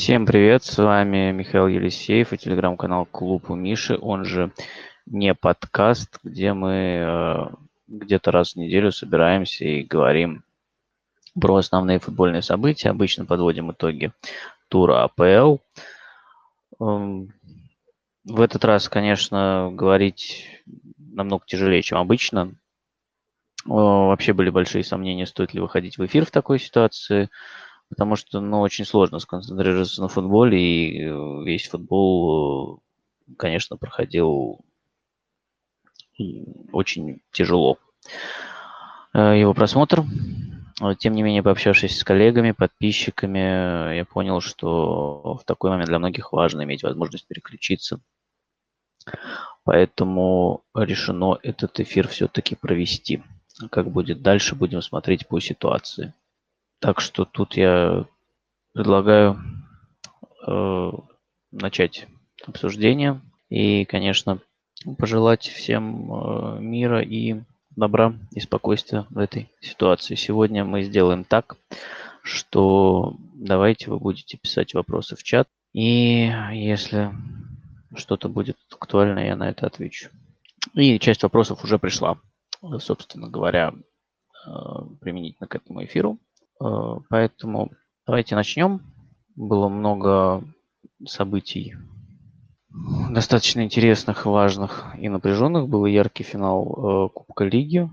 Всем привет, с вами Михаил Елисеев и телеграм-канал «Клуб у Миши», он же не подкаст, где мы где-то раз в неделю собираемся и говорим про основные футбольные события. Обычно подводим итоги тура АПЛ. В этот раз, конечно, говорить намного тяжелее, чем обычно. Вообще были большие сомнения, стоит ли выходить в эфир в такой ситуации. Потому что, очень сложно сконцентрироваться на футболе, и весь футбол, конечно, проходил очень тяжело. Его просмотр. Тем не менее, пообщавшись с коллегами, подписчиками, я понял, что в такой момент для многих важно иметь возможность переключиться. Поэтому решено этот эфир все-таки провести. Как будет дальше, будем смотреть по ситуации. Так что тут я предлагаю начать обсуждение и, конечно, пожелать всем мира и добра и спокойствия в этой ситуации. Сегодня мы сделаем так, что давайте вы будете писать вопросы в чат, и если что-то будет актуально, я на это отвечу. И часть вопросов уже пришла, собственно говоря, применительно к этому эфиру. Поэтому давайте начнем. Было много событий достаточно интересных, важных и напряженных. Был яркий финал Кубка Лиги.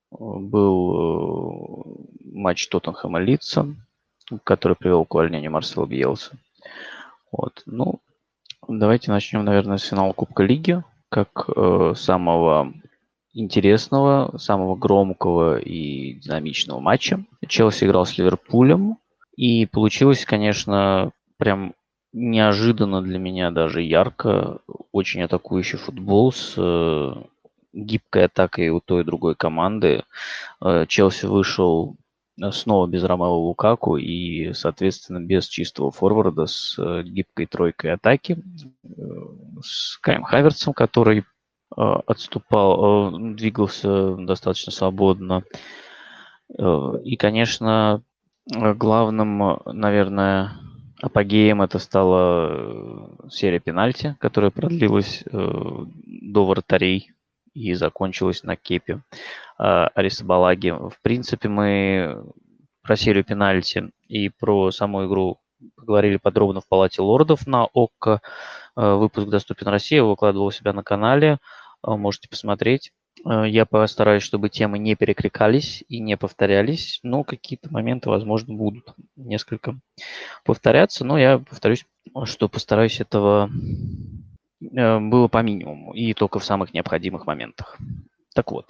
Был матч Тоттенхэма Лидса, который привел к увольнению Марсела Бьелса. Вот. Давайте начнем, наверное, с финала Кубка Лиги, как самого интересного, самого громкого и динамичного матча. Челси играл с Ливерпулем, и получилось, конечно, прям неожиданно для меня, даже ярко. Очень атакующий футбол с гибкой атакой у той и другой команды. Челси вышел снова без Ромео Лукаку и, соответственно, без чистого форварда с гибкой тройкой атаки, с Каем Хаверцем, который отступал, двигался достаточно свободно. И, конечно, главным, наверное, апогеем это стала серия пенальти, которая продлилась до вратарей и закончилась на кепе Арисабалаги. В принципе, мы про серию пенальти и про саму игру поговорили подробно в Палате лордов на ОККО. Выпуск доступен в России, я выкладывал у себя на канале, можете посмотреть. Я постараюсь, чтобы темы не перекликались и не повторялись, но какие-то моменты, возможно, будут несколько повторяться, но я повторюсь, что постараюсь этого было по минимуму и только в самых необходимых моментах. Так вот,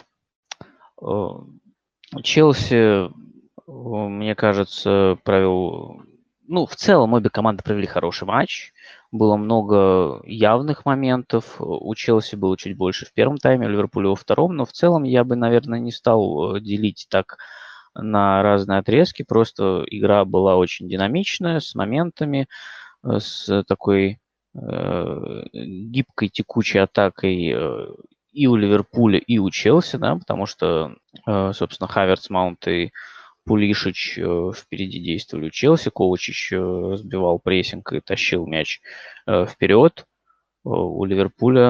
Челси, мне кажется, провел... в целом обе команды провели хороший матч. Было много явных моментов. У Челси было чуть больше в первом тайме, у Ливерпуля во втором. Но в целом я бы, наверное, не стал делить так на разные отрезки. Просто игра была очень динамичная, с моментами, с такой гибкой текучей атакой и у Ливерпуля, и у Челси, да, потому что, собственно, Хаверц, Маунт и Пулишич впереди действовали у Челси, Ковачич сбивал прессинг и тащил мяч вперед. У Ливерпуля,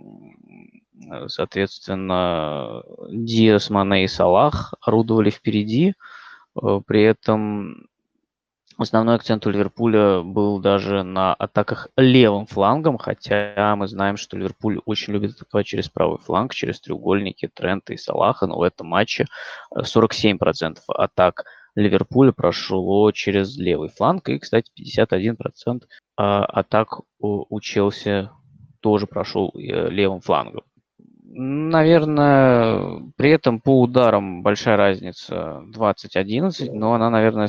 соответственно, Диас, Мане и Салах орудовали впереди. При этом основной акцент у Ливерпуля был даже на атаках левым флангом, хотя мы знаем, что Ливерпуль очень любит атаковать через правый фланг, через треугольники Трента и Салаха, но в этом матче 47% атак Ливерпуля прошло через левый фланг, и, кстати, 51% атак у Челси тоже прошел левым флангом. Наверное, при этом по ударам большая разница 20-11, но она, наверное,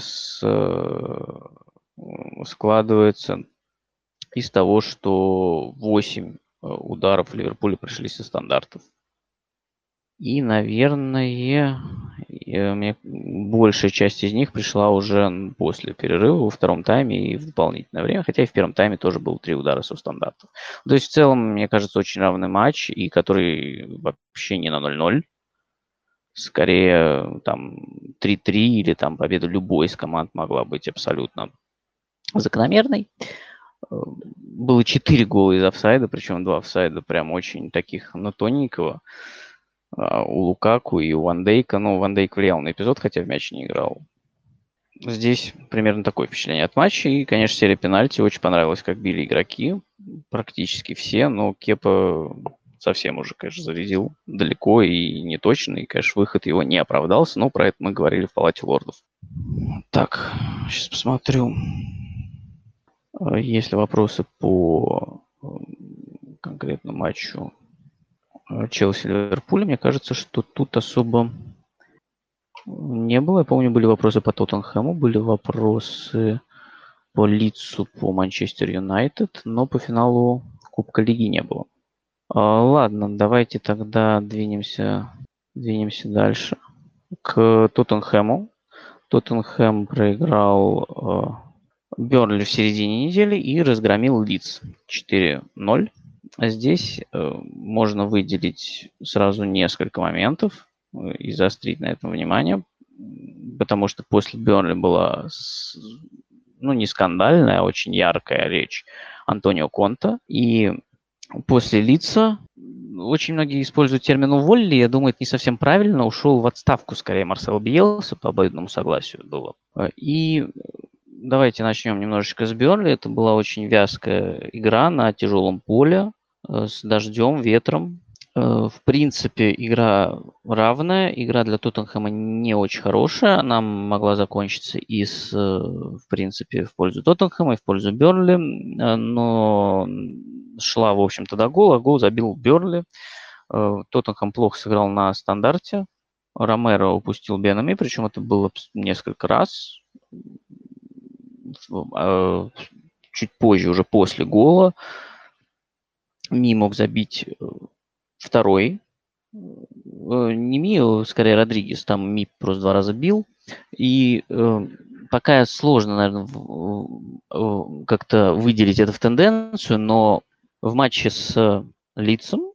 складывается из того, что 8 ударов Ливерпуля пришли со стандартов. И, наверное, мне большая часть из них пришла уже после перерыва во втором тайме и в дополнительное время, хотя и в первом тайме тоже было 3 удара со стандартов. То есть в целом, мне кажется, очень равный матч, и который вообще не на 0-0. Скорее, там 3-3 или там победа любой из команд могла быть абсолютно закономерной. Было 4 гола из офсайда, причем 2 офсайда прям очень таких, ну, тоненького. У Лукаку и у Ван Дейка. Ну, Ван Дейк влиял на эпизод, хотя в мяч не играл. Здесь примерно такое впечатление от матча. И, конечно, серия пенальти. Очень понравилось, как били игроки. Практически все. Но Кепа совсем уже, конечно, зарядил далеко и не точно. И, конечно, выход его не оправдался. Но про это мы говорили в Палате лордов. Так, сейчас посмотрю. Есть ли вопросы по конкретно матчу Челси-Ливерпуля? Мне кажется, что тут особо не было. Я помню, были вопросы по Тоттенхэму, были вопросы по Лидсу, по Манчестер Юнайтед, но по финалу Кубка Лиги не было. Ладно, давайте тогда двинемся дальше к Тоттенхэму. Тоттенхэм проиграл Бёрнли в середине недели и разгромил Лидс 4-0. Здесь можно выделить сразу несколько моментов и заострить на этом внимание, потому что после Бёрнли была, ну, не скандальная, а очень яркая речь Антонио Конте. И после Лидса очень многие используют термин «уволили». Я думаю, это не совсем правильно. Ушел в отставку, скорее, Марсело Бьелса, по обоюдному согласию было. И давайте начнем немножечко с Бёрнли. Это была очень вязкая игра на тяжелом поле с дождем, ветром. В принципе, игра равная. Игра для Тоттенхэма не очень хорошая. Она могла закончиться в принципе, в пользу Тоттенхэма и в пользу Бёрнли. Но шла, в общем-то, до гола. Гол забил Бёрнли. Тоттенхэм плохо сыграл на стандарте. Ромеро упустил Бенами, причем это было несколько раз. Чуть позже, уже после гола, Ми мог забить второй. Не Ми, скорее Родригес. Там Ми просто 2 раза бил. И пока сложно, наверное, как-то выделить это в тенденцию, но в матче с Лидсом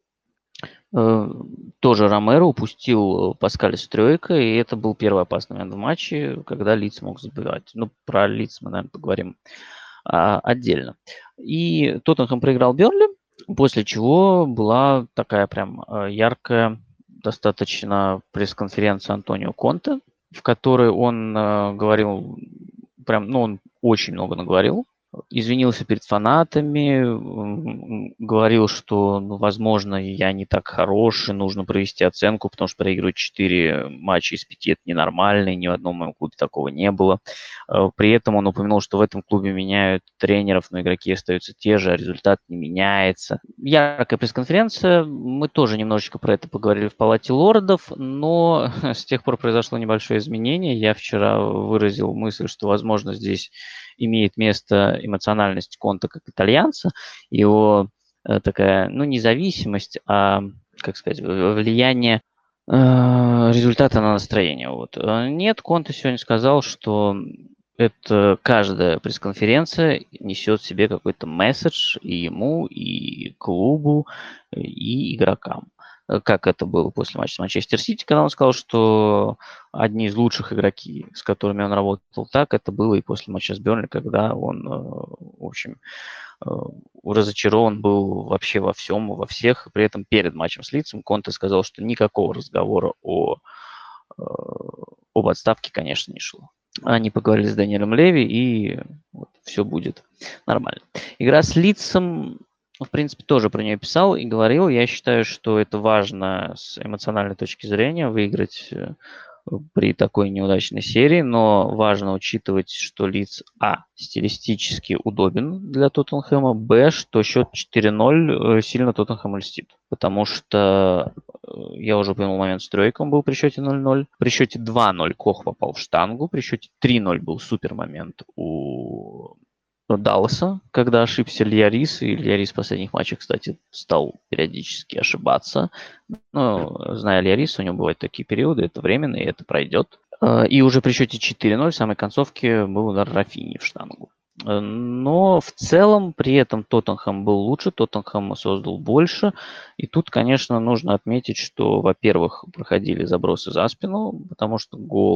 тоже Ромеро упустил Паскаля с тройкой, и это был первый опасный момент в матче, когда Лидс мог забивать. Ну, про Лидс мы, наверное, поговорим отдельно. И Тоттенхэм проиграл Бёрнли, после чего была такая прям яркая достаточно пресс-конференция Антонио Конте, в которой он говорил прям, ну, он очень много наговорил. Извинился перед фанатами, говорил, что, ну, возможно, я не так хорош, и нужно провести оценку, потому что проигрывать 4 матча из 5 – это ненормально, и ни в одном моем клубе такого не было. При этом он упомянул, что в этом клубе меняют тренеров, но игроки остаются те же, а результат не меняется. Яркая пресс-конференция, мы тоже немножечко про это поговорили в Палате лордов, но с тех пор произошло небольшое изменение. Я вчера выразил мысль, что, возможно, здесь имеет место эмоциональность Конте как итальянца, его такая, ну, независимость, а, как сказать, влияние результата на настроение. Вот. Нет, Конте сегодня сказал, что это каждая пресс-конференция несет в себе какой-то месседж и ему, и клубу, и игрокам. Как это было после матча с Манчестер Сити, когда он сказал, что одни из лучших игроки, с которыми он работал, так это было и после матча с Бёрнли, когда он, в общем, разочарован был вообще во всем, во всех. При этом перед матчем с Лидсом Конте сказал, что никакого разговора об отставке, конечно, не шло. Они поговорили с Дэниелем Леви, и вот, все будет нормально. Игра с Лидсом, в принципе, тоже про нее писал и говорил. Я считаю, что это важно с эмоциональной точки зрения, выиграть при такой неудачной серии, но важно учитывать, что Лидс стилистически удобен для Тоттенхэма, что счет 4-0 сильно Тоттенхэму льстит, потому что я уже упомянул момент с тройком был при счете 0-0, при счете 2-0 Кох попал в штангу, при счете 3-0 был супер момент у Далласа, когда ошибся Льярис, и Льярис в последних матчах, кстати, стал периодически ошибаться. Но, зная Льяриса, у него бывают такие периоды, это временно, и это пройдет. И уже при счете 4-0 в самой концовке был удар Рафини в штангу. Но в целом при этом Тоттенхэм был лучше, Тоттенхэм создал больше. И тут, конечно, нужно отметить, что, во-первых, проходили забросы за спину, потому что гол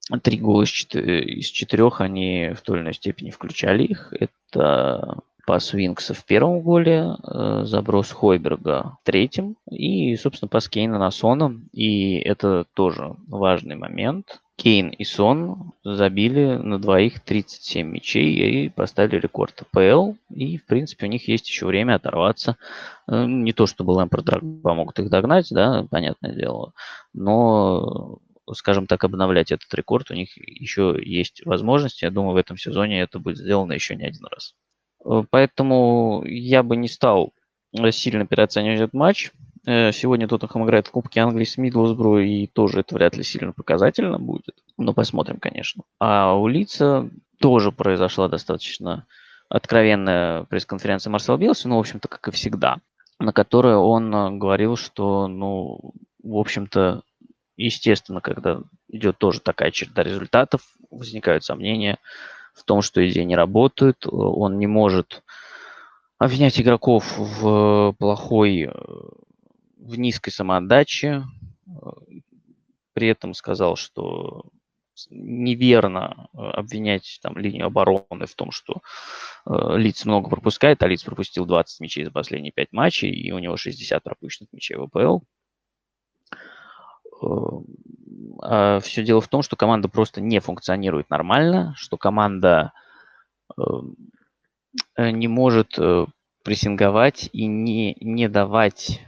3 гола из 4 они в той или иной степени включали их. Это пас Винкса в первом голе, заброс Хойберга в третьем и, собственно, пас Кейна на Сона. И это тоже важный момент. Кейн и Сон забили на двоих 37 мячей и поставили рекорд АПЛ. И, в принципе, у них есть еще время оторваться. Не то, чтобы Лэмпард Дрогба могут их догнать, да, понятное дело, но, скажем так, обновлять этот рекорд у них еще есть возможность. Я думаю, в этом сезоне это будет сделано еще не один раз. Поэтому я бы не стал сильно переоценивать этот матч. Сегодня Тоттенхэм играет в Кубке Англии с Мидлсбро, и тоже это вряд ли сильно показательно будет. Но посмотрим, конечно. А у Лидса тоже произошла достаточно откровенная пресс-конференция Марсела Биелса, ну, в общем-то, как и всегда, на которой он говорил, что, ну, в общем-то, естественно, когда идет тоже такая череда результатов, возникают сомнения в том, что идеи не работают. Он не может обвинять игроков в плохой, в низкой самоотдаче. При этом сказал, что неверно обвинять там линию обороны в том, что Лидс много пропускает, а Лидс пропустил 20 мячей за последние 5 матчей, и у него 60 пропущенных мячей в АПЛ. А все дело в том, что команда просто не функционирует нормально, что команда не может прессинговать и не давать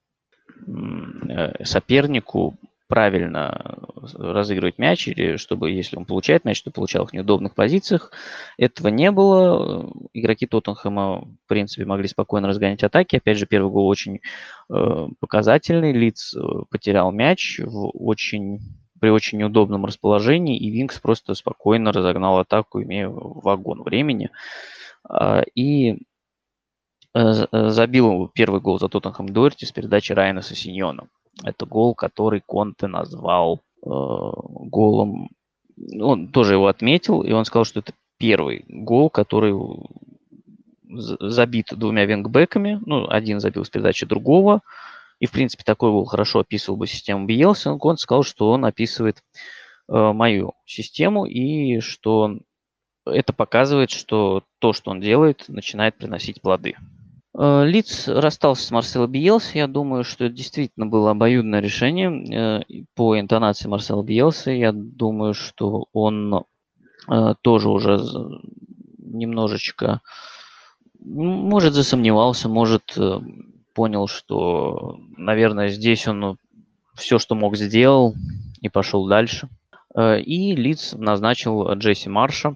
сопернику правильно разыгрывать мяч, или чтобы, если он получает мяч, то получал в неудобных позициях. Этого не было. Игроки Тоттенхэма, в принципе, могли спокойно разгонять атаки. Опять же, первый гол очень показательный. Лидс потерял мяч при очень неудобном расположении, и Винкс просто спокойно разогнал атаку, имея вагон времени. И забил первый гол за Тоттенхэм Дуэрти с передачи Райана Сосиньона. Это гол, который Конте назвал голом. Он тоже его отметил, и он сказал, что это первый гол, который забит двумя вингбэками. Ну, один забил с передачи другого. И, в принципе, такой гол хорошо описывал бы систему Биелса. Конте сказал, что он описывает мою систему, и что это показывает, что то, что он делает, начинает приносить плоды. Лидс расстался с Марсело Биелса. Я думаю, что это действительно было обоюдное решение. По интонации Марсела Биелса, я думаю, что он тоже уже немножечко, может, засомневался, может, понял, что, наверное, здесь он все, что мог, сделал и пошел дальше. И Лидс назначил Джесси Марша.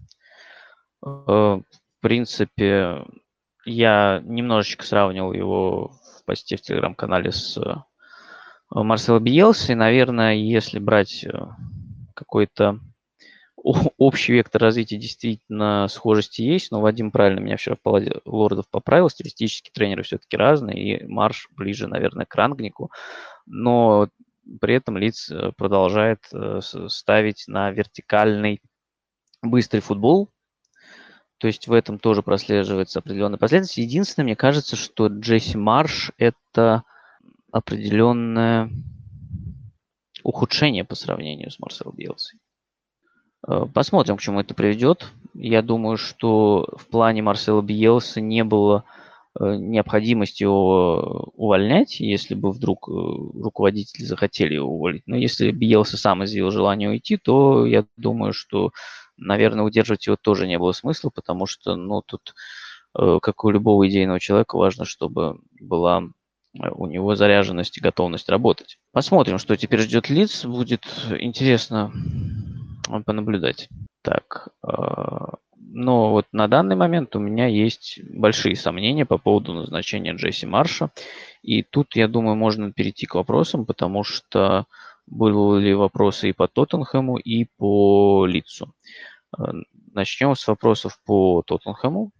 В принципе, я немножечко сравнивал его в посте в телеграм-канале с Марсело Биелсой. Наверное, если брать какой-то общий вектор развития, действительно схожести есть, но Вадим правильно меня вчера в палате лордов поправил, стилистически тренеры все-таки разные, и Марш ближе, наверное, к Рангнику, но при этом Лидс продолжает ставить на вертикальный быстрый футбол. То есть в этом тоже прослеживается определенная последовательность. Единственное, мне кажется, что Джесси Марш – это определенное ухудшение по сравнению с Марсело Биелсой. Посмотрим, к чему это приведет. Я думаю, что в плане Марсела Биелса не было необходимости его увольнять, если бы вдруг руководители захотели его уволить. Но если Биелса сам изъявил желание уйти, то я думаю, что, наверное, удерживать его тоже не было смысла, потому что, ну, тут, как у любого идейного человека, важно, чтобы была у него заряженность и готовность работать. Посмотрим, что теперь ждет Лидс. Будет интересно понаблюдать. Так, но вот на данный момент у меня есть большие сомнения по поводу назначения Джесси Марша. И тут, я думаю, можно перейти к вопросам, потому что были вопросы и по Тоттенхэму, и по Лидсу. Начнем с вопросов по Тоттенхэму.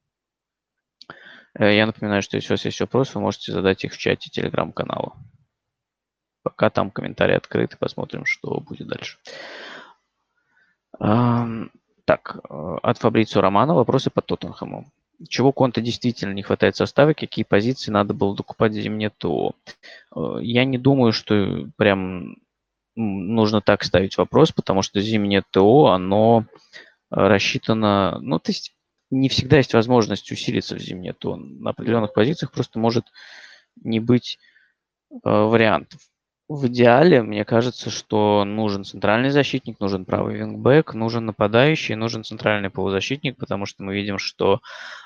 Я напоминаю, что если у вас есть вопросы, вы можете задать их в чате телеграм-канала. Пока там комментарии открыты, посмотрим, что будет дальше. Так, от Фабрицио Романо вопросы по Тоттенхэму. Чего Конте действительно не хватает в составе, какие позиции надо было докупать в зимнее ТО? Я не думаю, что прям нужно так ставить вопрос, потому что зимнее ТО, оно рассчитано, ну, то есть не всегда есть возможность усилиться в зимнее ТО. На определенных позициях просто может не быть вариантов. В идеале, мне кажется, что нужен центральный защитник, нужен правый вингбэк, нужен нападающий, нужен центральный полузащитник, потому что мы видим, что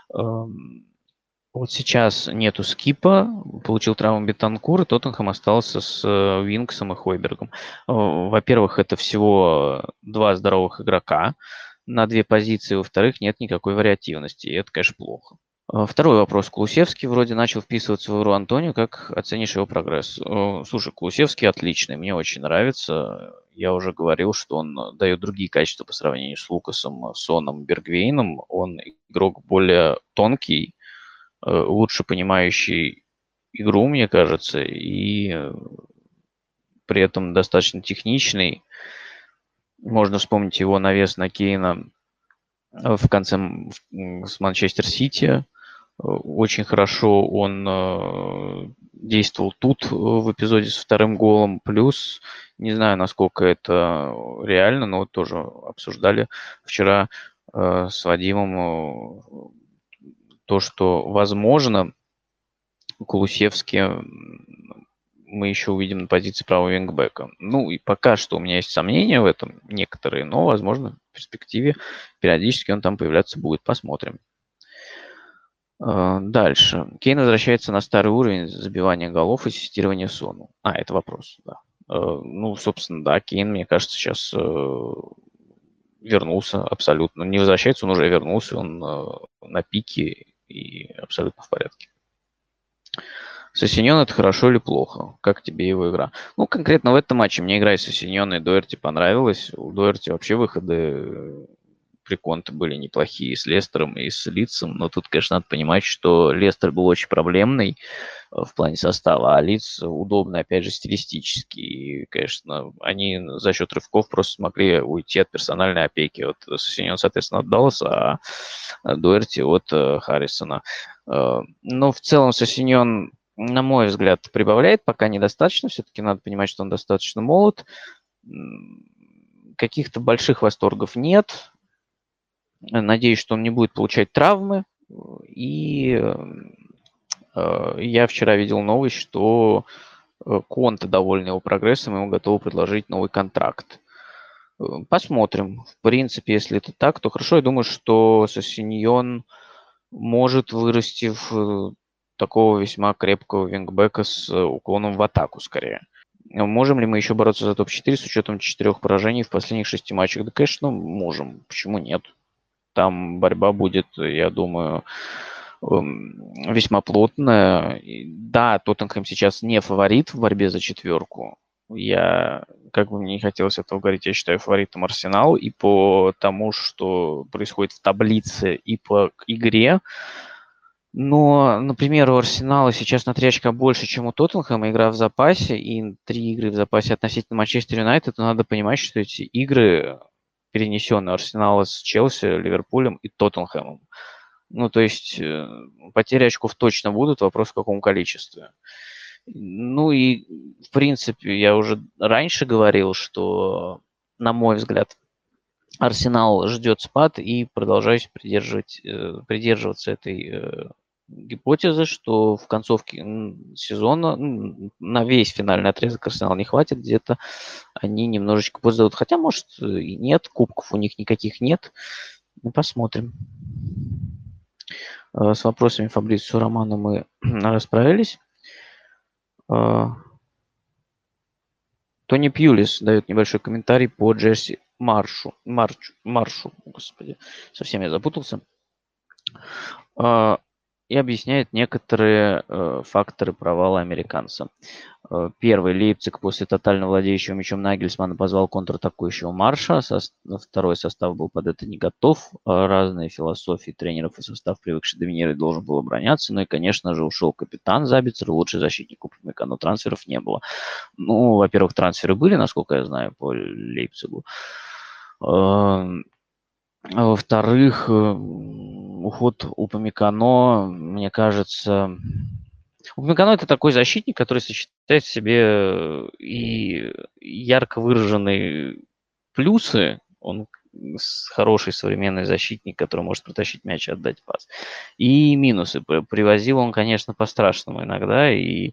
вот сейчас нету Скипа, получил травму Бентанкур, и Тоттенхэм остался с Винксом и Хойбергом. Во-первых, это всего два здоровых игрока на две позиции, во-вторых, нет никакой вариативности, и это, конечно, плохо. Второй вопрос. Кулусевский вроде начал вписываться в игру Антонио. Как оценишь его прогресс? Слушай, Кулусевский отличный, мне очень нравится. Я уже говорил, что он дает другие качества по сравнению с Лукасом, Соном, Бергвейном. Он игрок более тонкий, лучше понимающий игру, мне кажется, и при этом достаточно техничный. Можно вспомнить его навес на Кейна в конце с Манчестер Сити. Очень хорошо он действовал тут в эпизоде с вторым голом. Плюс, не знаю, насколько это реально, но вот тоже обсуждали вчера с Вадимом то, что, возможно, Кулусевский мы еще увидим на позиции правого вингбека. Ну, и пока что у меня есть сомнения в этом, некоторые, но, возможно, в перспективе периодически он там появляться будет. Посмотрим. Дальше. Кейн возвращается на старый уровень забивания голов и ассистирования Сону. Это вопрос, да. Ну, собственно, да, Кейн, мне кажется, сейчас вернулся абсолютно. Не возвращается, он уже вернулся, он на пике и абсолютно в порядке. Сосиньон — это хорошо или плохо? Как тебе его игра? Ну, конкретно в этом матче мне игра и Сосиньона, и Доерти понравилась. У Доерти вообще выходы при Конте были неплохие с Лестером и с Лидсом, но тут, конечно, надо понимать, что Лестер был очень проблемный в плане состава, а Лидс удобный, опять же, стилистически. И, конечно, они за счет рывков просто смогли уйти от персональной опеки. Вот Сосиньон, соответственно, от Далласа, а Дуэрти от Харрисона. Но в целом Сосиньон, на мой взгляд, прибавляет пока недостаточно. Все-таки надо понимать, что он достаточно молод. Каких-то больших восторгов нет. Надеюсь, что он не будет получать травмы. И я вчера видел новость, что Конте доволен его прогрессом, ему готовы предложить новый контракт. Посмотрим. В принципе, если это так, то хорошо. Я думаю, что Сосиньон может вырасти в такого весьма крепкого вингбека с уклоном в атаку скорее. Можем ли мы еще бороться за топ-4 с учетом 4 поражений в последних 6 матчах? Да, конечно, можем. Почему нет? Там борьба будет, я думаю, весьма плотная. Да, Тоттенхэм сейчас не фаворит в борьбе за четверку. Я, как бы мне не хотелось этого говорить, я считаю фаворитом Арсенал и по тому, что происходит в таблице, и по игре. Но, например, у Арсенала сейчас на 3 очка больше, чем у Тоттенхэма, игра в запасе, и 3 игры в запасе относительно Манчестер Юнайтед. Надо понимать, что эти игры перенесены Арсенала с Челси, Ливерпулем и Тоттенхэмом. Ну, то есть потери очков точно будут, вопрос в каком количестве. Ну и, в принципе, я уже раньше говорил, что, на мой взгляд, Арсенал ждет спад, и продолжаюсь придерживаться этой гипотезы, что в концовке сезона на весь финальный отрезок Арсенала не хватит, где-то они немножечко подсдадут. Хотя, может, и нет, кубков у них никаких нет. Ну, посмотрим. С вопросами Фабрицио Романо мы расправились. Тони Пьюлис дает небольшой комментарий по Джерси Маршу, господи, совсем я запутался. И объясняет некоторые факторы провала американца. Первый. Лейпциг после тотально владеющего мячом Нагельсмана позвал контратакующего Марша. Второй состав был под это не готов. Разные философии тренеров и состав, привыкший доминировать, должен был обороняться. Ну и, конечно же, ушел капитан Забицер, лучший защитник Упамекано, но трансферов не было. Ну, во-первых, трансферы были, насколько я знаю, по Лейпцигу. Во-вторых, уход Упамекано, мне кажется, Упамекано — это такой защитник, который сочетает в себе и ярко выраженные плюсы. Он хороший современный защитник, который может протащить мяч и отдать пас. И минусы. Привозил он, конечно, по-страшному иногда. И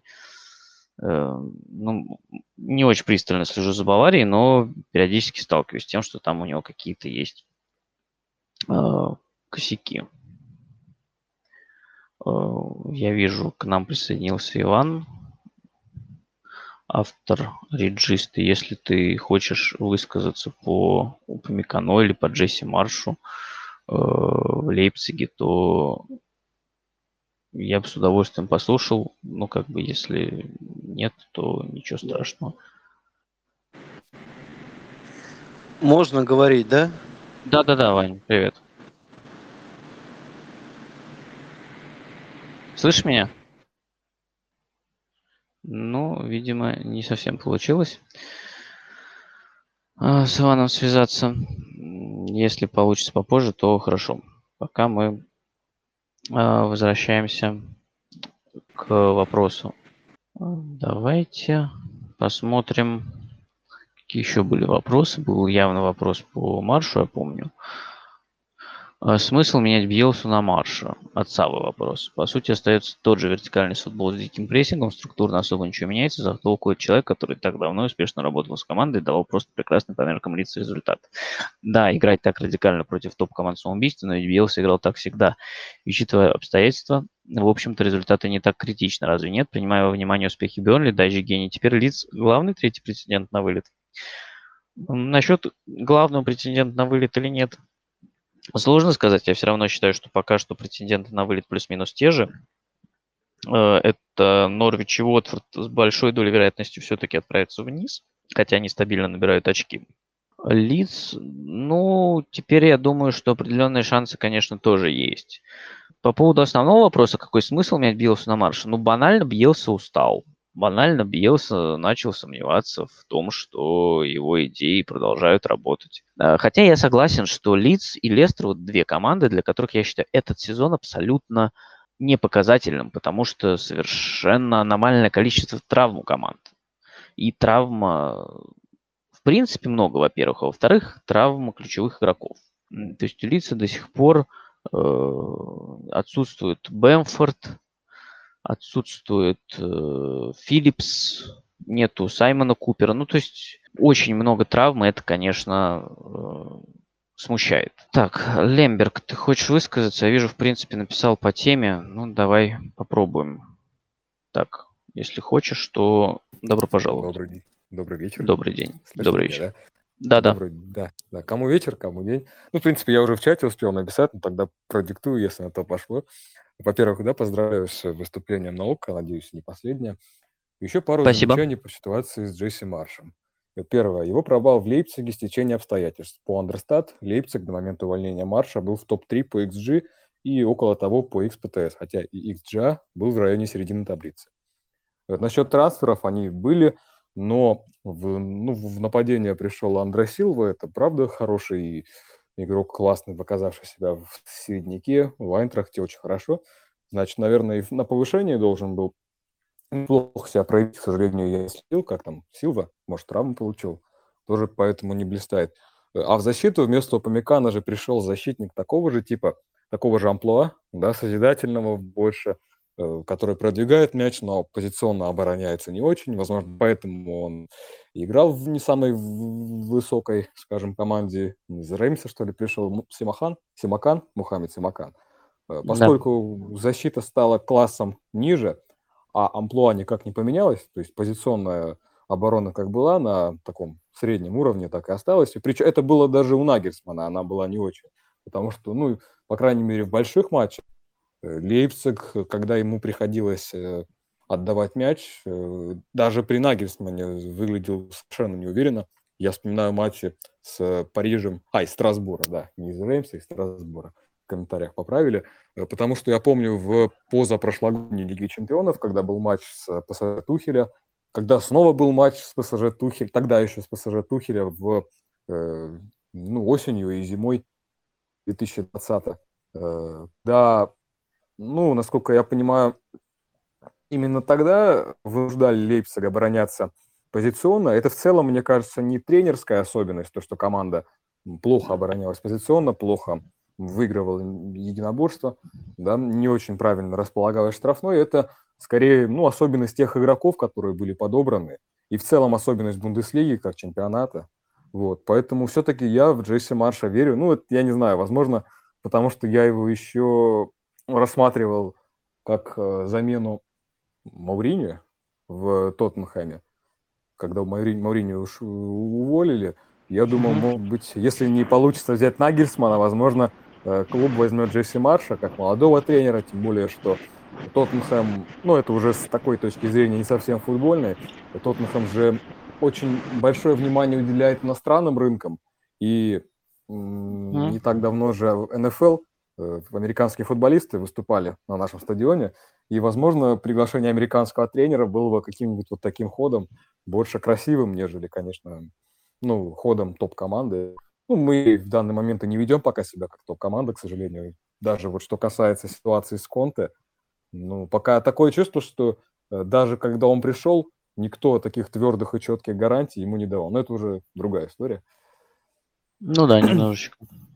ну, не очень пристально слежу за Баварией, но периодически сталкиваюсь с тем, что там у него какие-то есть косяки. Я вижу, к нам присоединился Иван, автор реджиста. Если ты хочешь высказаться по Упамекано или по Джесси Маршу в Лейпциге, то я бы с удовольствием послушал. Ну, как бы, если нет, то ничего страшного. Можно говорить, да? Да-да-да, Вань, привет. Слышишь меня? Ну, видимо, не совсем получилось с Иваном связаться. Если получится попозже, то хорошо. Пока мы возвращаемся к вопросу. Давайте посмотрим, какие еще были вопросы. Был явно вопрос по маршу, я помню. Смысл менять Бьелсу на марша? От Савы вопрос. По сути, остается тот же вертикальный футбол с диким прессингом, структурно особо ничего не меняется, зато уходит человек, который так давно успешно работал с командой и давал просто прекрасный по меркам лиц результат. Да, играть так радикально против топ-команд самоубийства, но ведь Бьелса играл так всегда. И, учитывая обстоятельства, в общем-то, результаты не так критичны, разве нет? Принимая во внимание успехи Бернли, даже гений. Теперь Лидс главный третий претендент на вылет. Насчет главного претендента на вылет или нет, сложно сказать. Я все равно считаю, что пока что претенденты на вылет плюс-минус те же. Это Норвич и Уотфорд с большой долей вероятности все-таки отправятся вниз, хотя они стабильно набирают очки. Лидс, ну, теперь я думаю, что определенные шансы, конечно, тоже есть. По поводу основного вопроса, какой смысл менять Бьелсу на марше? Ну, банально Бьелса устал. Банально Бьелса начал сомневаться в том, что его идеи продолжают работать. Хотя я согласен, что Лидс и Лестер, вот две команды, для которых я считаю этот сезон абсолютно непоказательным, потому что совершенно аномальное количество травм у команд. И травма, в принципе, много, во-первых. А во-вторых, травма ключевых игроков. То есть у Лидса до сих пор отсутствует Бэмфорд, отсутствует Филлипс, нету Саймона Купера. Ну, то есть очень много травм, и это, конечно, смущает. Так, Лемберг, ты хочешь высказаться? Я вижу, в принципе, написал по теме. Ну, давай попробуем. Так, если хочешь, то добро пожаловать. Добрый вечер. Добрый день. Слышно Добрый меня, вечер. да? Да-да. Да. Кому вечер, кому день. Ну, в принципе, я уже в чате успел написать, но тогда продиктую, если на то пошло. Во-первых, да, поздравляю с выступлением наука, надеюсь, не последнее. Еще пару Спасибо. замечаний по ситуации с Джесси Маршем. Первое. Его провал в Лейпциге – стечение обстоятельств. По Андерстат Лейпциг до момента увольнения Марша был в топ-3 по XG и около того по XPTS, хотя и XGA был в районе середины таблицы. Насчет трансферов они были, но в нападение пришел Андре Силва, это правда хороший игрок, классный, показавший себя в середняке, в Айнтрахте очень хорошо. Значит, наверное, и на повышение должен был плохо себя проявить, к сожалению, я не следил, как там Силва, может, травму получил, тоже поэтому не блистает. А в защиту вместо Упамекана же пришел защитник такого же типа, такого же амплуа, да, созидательного больше, который продвигает мяч, но позиционно обороняется не очень. Возможно, поэтому он играл в не самой высокой, скажем, команде. Из Реймса, что ли, пришел Мухаммед Симакан. Да. Поскольку защита стала классом ниже, а амплуа никак не поменялось, то есть позиционная оборона как была на таком среднем уровне, так и осталась. И причем это было даже у Нагельсмана, она была не очень. Потому что, ну, по крайней мере, в больших матчах Лейпциг, когда ему приходилось отдавать мяч, даже при Нагельсмане выглядел совершенно неуверенно. Я вспоминаю матчи с Парижем, из Страсбура, да, не из Реймса, из Страсбура. В комментариях поправили. Потому что я помню в позапрошлогодней Лиге Чемпионов, когда был матч с ПСЖ Тухеля, когда снова был матч с ПСЖ Тухеля, тогда еще с ПСЖ Тухеля осенью и зимой 2020. Да, ну, насколько я понимаю, именно тогда вынуждали Лейпциг обороняться позиционно. Это в целом, мне кажется, не тренерская особенность, то, что команда плохо оборонялась позиционно, плохо выигрывала единоборство, да, не очень правильно располагалась штрафной. Это скорее особенность тех игроков, которые были подобраны, и в целом особенность Бундеслиги как чемпионата. Вот. Поэтому все-таки я в Джесси Марша верю. Я не знаю, возможно, потому что я его еще рассматривал как замену Мауриньо в Тоттенхэме, когда Мауриньо уж уволили. Я думал, может быть, если не получится взять Нагельсмана, возможно, клуб возьмет Джесси Марша как молодого тренера, тем более, что Тоттенхэм, это уже с такой точки зрения не совсем футбольной, Тоттенхэм же очень большое внимание уделяет иностранным рынкам, и не так давно же в НФЛ американские футболисты выступали на нашем стадионе, и, возможно, приглашение американского тренера было бы каким-нибудь вот таким ходом, больше красивым, нежели, конечно, ходом топ-команды. Мы в данный момент и не ведем пока себя как топ-команда, к сожалению. Даже вот что касается ситуации с Конте, пока такое чувство, что даже когда он пришел, никто таких твердых и четких гарантий ему не давал. Но это уже другая история. Ну да, немножечко.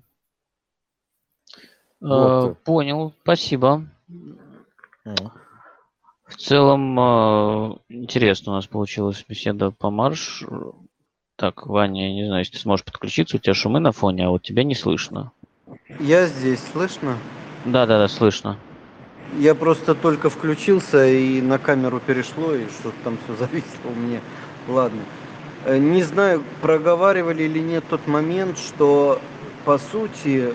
Вот. Понял, спасибо. В целом, интересно у нас получилась беседа по Марш. Так, Ваня, я не знаю, если ты сможешь подключиться, у тебя шумы на фоне, а вот тебя не слышно. Я здесь, слышно? Да, слышно. Я просто только включился и на камеру перешло, и что-то там все зависло у меня. Ладно. Не знаю, проговаривали или нет тот момент, что по сути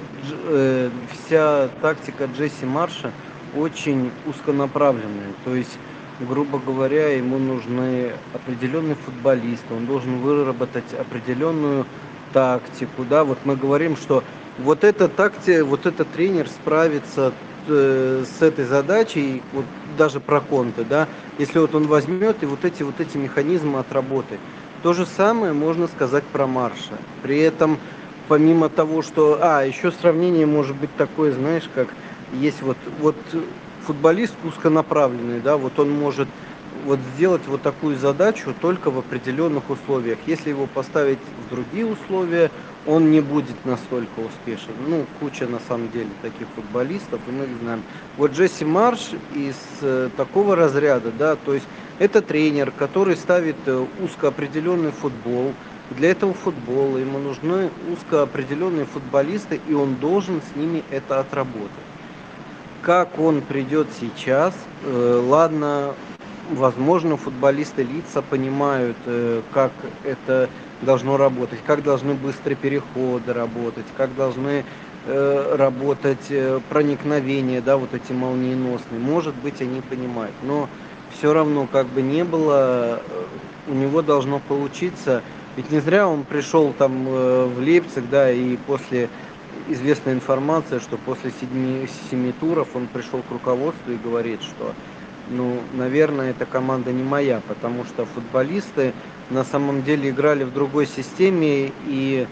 вся тактика Джесси Марша очень узконаправленная. То есть, грубо говоря, ему нужны определенные футболисты, он должен выработать определенную тактику. Да? Вот мы говорим, что вот эта тактика, вот этот тренер справится с этой задачей, вот даже про Конте, да, если вот он возьмет и вот эти механизмы отработает. То же самое можно сказать про Марша. При этом, помимо того, что... еще сравнение может быть такое, знаешь, как есть вот футболист узконаправленный, да, вот он может вот сделать вот такую задачу только в определенных условиях. Если его поставить в другие условия, он не будет настолько успешен. Куча на самом деле таких футболистов, и мы их знаем. Вот Джесси Марш из такого разряда, да, то есть это тренер, который ставит узко определенный футбол. Для этого футбола ему нужны узко определенные футболисты, и он должен с ними это отработать. Как он придет сейчас, ладно, возможно, футболисты лица понимают, как это должно работать, как должны быстрые переходы работать, как должны работать проникновения, да, вот эти молниеносные. Может быть, они понимают, но все равно, как бы не было, у него должно получиться. Ведь не зря он пришел там в Лейпциг, да, и после известная информация, что после 7 туров он пришел к руководству и говорит, что наверное, эта команда не моя, потому что футболисты на самом деле играли в другой системе, и,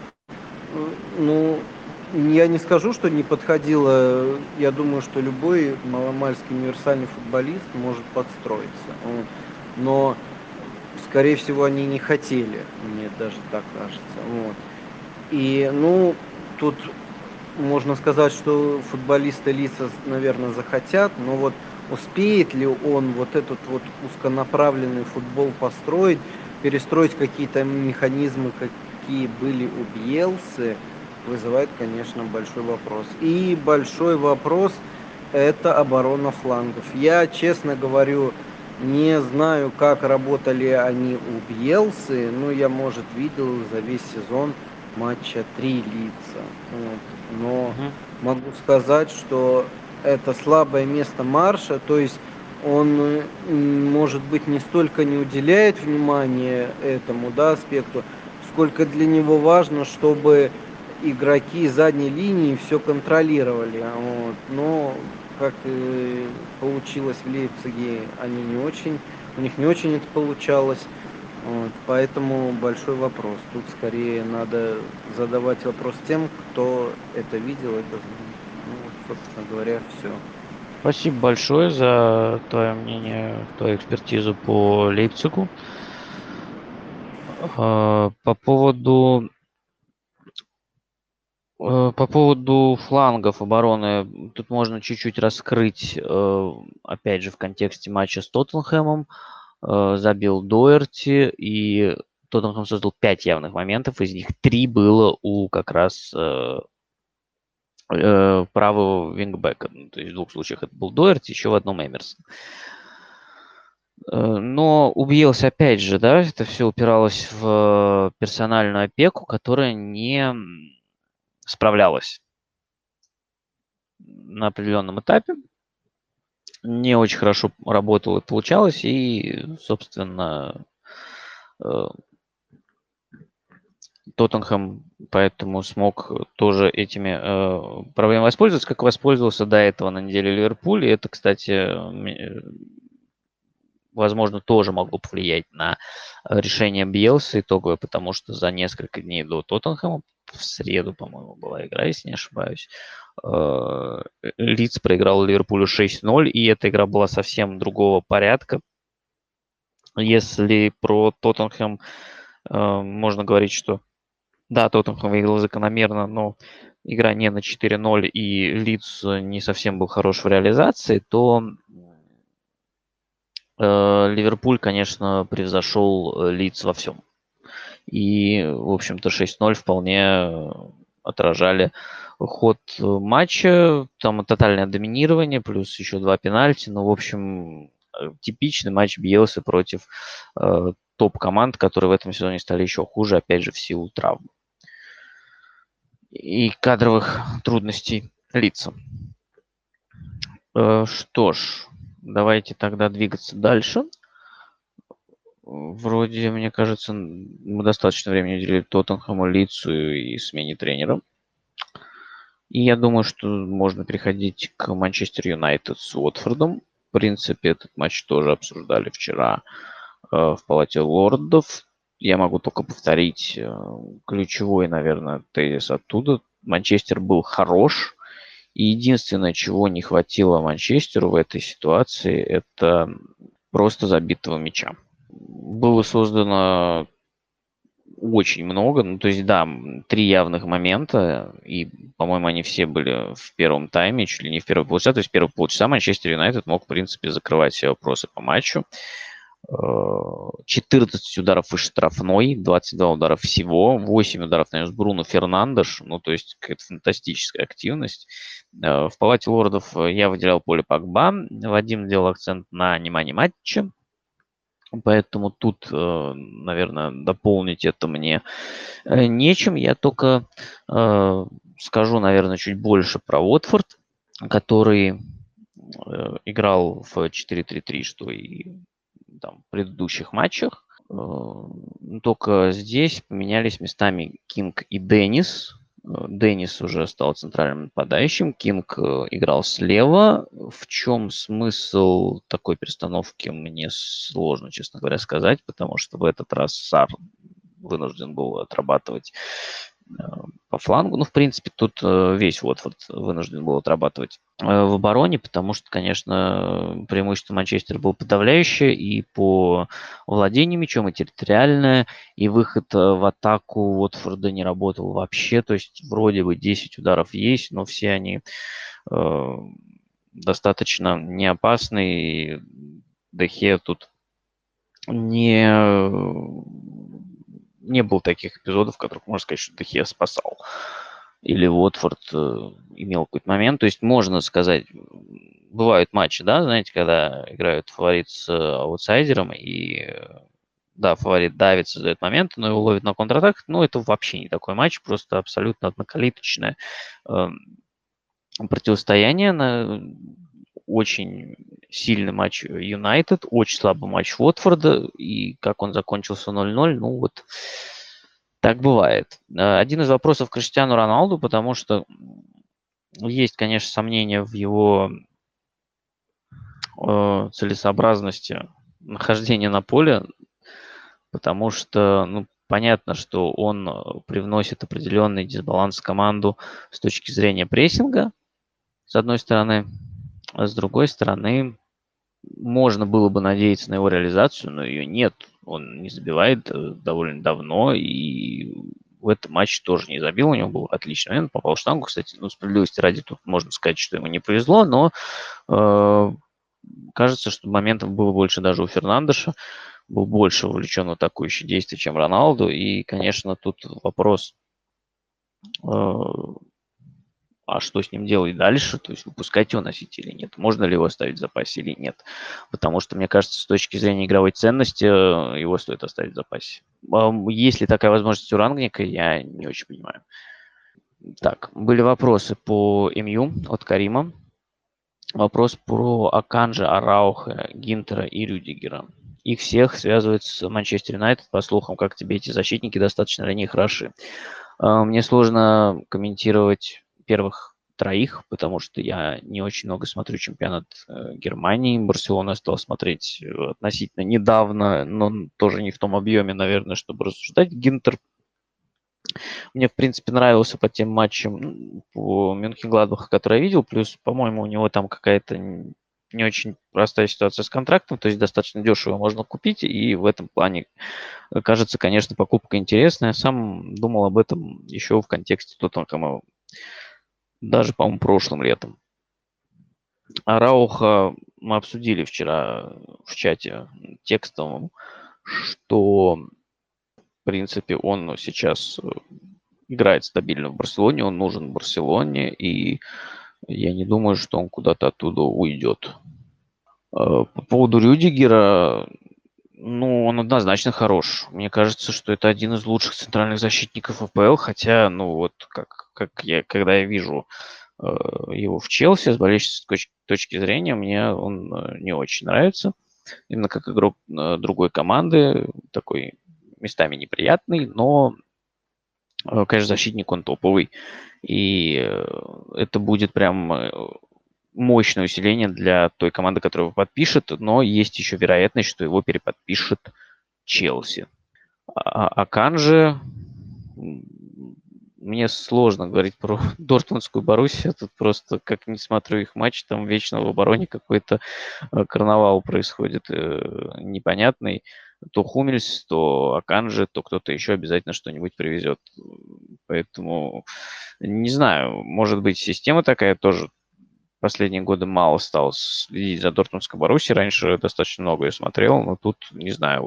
я не скажу, что не подходило, я думаю, что любой маломальский универсальный футболист может подстроиться, но, скорее всего, они не хотели, мне даже так кажется, И, тут можно сказать, что футболисты лица, наверное, захотят, но вот успеет ли он вот этот вот узконаправленный футбол построить, перестроить какие-то механизмы, какие были у Бьелсы, вызывает, конечно, большой вопрос. И большой вопрос – это оборона флангов. Я, честно говорю, не знаю, как работали они у Бьелсы, но я, может, видел за весь сезон матча 3 лица. Но могу сказать, что это слабое место Марша, то есть он, может быть, не столько не уделяет внимания этому, да, аспекту, сколько для него важно, чтобы игроки задней линии все контролировали. Но как и получилось в Лейпциге, у них не очень это получалось. Поэтому большой вопрос. Тут скорее надо задавать вопрос тем, кто это видел, это знает. Собственно говоря, все. Спасибо большое за твое мнение, твою экспертизу по Лейпцигу. По поводу флангов обороны, тут можно чуть-чуть раскрыть, опять же, в контексте матча с Тоттенхэмом. Забил Доерти, и Тоттенхэм создал 5 явных моментов, из них 3 было у как раз правого вингбека. То есть в 2 случаях это был Доерти, еще в одном Эмерсон. Но у Бьелса, опять же, да, это все упиралось в персональную опеку, которая не справлялась на определенном этапе. Не очень хорошо работало и получалось, и, собственно, Тоттенхэм поэтому смог тоже этими проблемами воспользоваться, как воспользовался до этого на неделе Ливерпуль. И это, кстати, возможно, тоже могло повлиять на решение Бьелса итоговое, потому что за несколько дней до Тоттенхэма, в среду, по-моему, была игра, если не ошибаюсь, Лидс проиграл Ливерпулю 6-0, и эта игра была совсем другого порядка. Если про Тоттенхэм можно говорить, что да, Тоттенхэм выиграл закономерно, но игра не на 4-0, и Лидс не совсем был хорош в реализации, то Ливерпуль, конечно, превзошел Лидс во всем. И, в общем-то, 6-0 вполне отражали ход матча. Там тотальное доминирование, плюс еще 2 пенальти. Ну, в общем, типичный матч Бьелса против топ-команд, которые в этом сезоне стали еще хуже, опять же, в силу травм и кадровых трудностей Лидса. Что ж, давайте тогда двигаться дальше. Вроде, мне кажется, мы достаточно времени уделили Тоттенхэму, Лидсу и смене тренера. И я думаю, что можно переходить к Манчестер Юнайтед с Уотфордом. В принципе, этот матч тоже обсуждали вчера в Палате лордов. Я могу только повторить ключевой, наверное, тезис оттуда. Манчестер был хорош. И единственное, чего не хватило Манчестеру в этой ситуации, это просто забитого мяча. Было создано очень много. Ну, то есть, да, 3 явных момента, и, по-моему, они все были в первом тайме, чуть ли не в первые полчаса. То есть, первые полчаса Манчестер Юнайтед мог, в принципе, закрывать все вопросы по матчу. 14 ударов из штрафной, 22 удара всего, 8 ударов нанес Бруно Фернандеш, ну, то есть какая-то фантастическая активность. В Палате лордов я выделял Поле Погба, Вадим делал акцент на внимание матча, поэтому тут, наверное, дополнить это мне нечем. Я только скажу, наверное, чуть больше про Уотфорд, который играл в 4-3-3, что и там, в предыдущих матчах. Только здесь поменялись местами Кинг и Деннис. Деннис уже стал центральным нападающим, Кинг играл слева. В чем смысл такой перестановки, мне сложно, честно говоря, сказать, потому что в этот раз Сар вынужден был отрабатывать по флангу. Ну, в принципе, тут весь Уотфорд вынужден был отрабатывать в обороне, потому что, конечно, преимущество Манчестера было подавляющее и по владению мячом, и территориальное, и выход в атаку Уотфорда не работал вообще. То есть вроде бы 10 ударов есть, но все они достаточно не опасны. И Дехе тут не было таких эпизодов, в которых можно сказать, что Дехе спасал. Или Уотфорд имел какой-то момент. То есть можно сказать, бывают матчи, да, знаете, когда играют фаворит с аутсайдером, и да, фаворит давит, создает моменты, но его ловит на контратаках. Ну, это вообще не такой матч, просто абсолютно однокалиточное противостояние. Очень сильный матч Юнайтед, очень слабый матч Уотфорда, и как он закончился 0-0, ну вот так бывает. Один из вопросов к Криштиану Роналду, потому что есть, конечно, сомнения в его целесообразности нахождения на поле, потому что, ну, понятно, что он привносит определенный дисбаланс в команду с точки зрения прессинга, с одной стороны. А с другой стороны, можно было бы надеяться на его реализацию, но ее нет. Он не забивает довольно давно, и в этом матче тоже не забил. У него был отличный момент, попал в штангу. Кстати, ну, справедливости ради, тут можно сказать, что ему не повезло, но кажется, что моментов было больше даже у Фернандеша. Был больше вовлечен в атакующие действия, чем Роналду. И, конечно, тут вопрос, а что с ним делать дальше, то есть выпускать его носить или нет, можно ли его оставить в запасе или нет. Потому что, мне кажется, с точки зрения игровой ценности его стоит оставить в запасе. Есть ли такая возможность у Рангника, я не очень понимаю. Так, были вопросы по МЮ от Карима. Вопрос про Аканжи, Арауха, Гинтера и Рюдигера. Их всех связывают с Манчестер Юнайтед, по слухам, как тебе эти защитники достаточно ранее хороши. Мне сложно комментировать первых троих, потому что я не очень много смотрю чемпионат Германии. Барселону я стал смотреть относительно недавно, но тоже не в том объеме, наверное, чтобы рассуждать. Гинтер мне, в принципе, нравился по тем матчам по Мюнхен-Гладбаху, которые я видел. Плюс, по-моему, у него там какая-то не очень простая ситуация с контрактом, то есть достаточно дешево можно купить, и в этом плане кажется, конечно, покупка интересная. Сам думал об этом еще в контексте Тоттенхэма, даже, по-моему, прошлым летом. Арауха мы обсудили вчера в чате текстовом, что, в принципе, он сейчас играет стабильно в Барселоне, он нужен Барселоне, и я не думаю, что он куда-то оттуда уйдет. По поводу Рюдигера, ну, он однозначно хорош. Мне кажется, что это один из лучших центральных защитников АПЛ, хотя, ну, вот когда я вижу его в Челси, с болельческой точки зрения, мне он не очень нравится. Именно как игрок другой команды, такой местами неприятный, но, конечно, защитник он топовый. И это будет прям мощное усиление для той команды, которую его подпишет, но есть еще вероятность, что его переподпишет Челси. А Канже, мне сложно говорить про Дортмундскую Боруссию. Тут просто, как не смотрю их матч, там вечно в обороне какой-то карнавал происходит непонятный. То Хумельс, то Аканже, то кто-то еще обязательно что-нибудь привезет. Поэтому, не знаю, может быть, система такая тоже. Последние годы мало стал следить за Дортмундской Боруссией. Раньше достаточно много я смотрел, но тут, не знаю,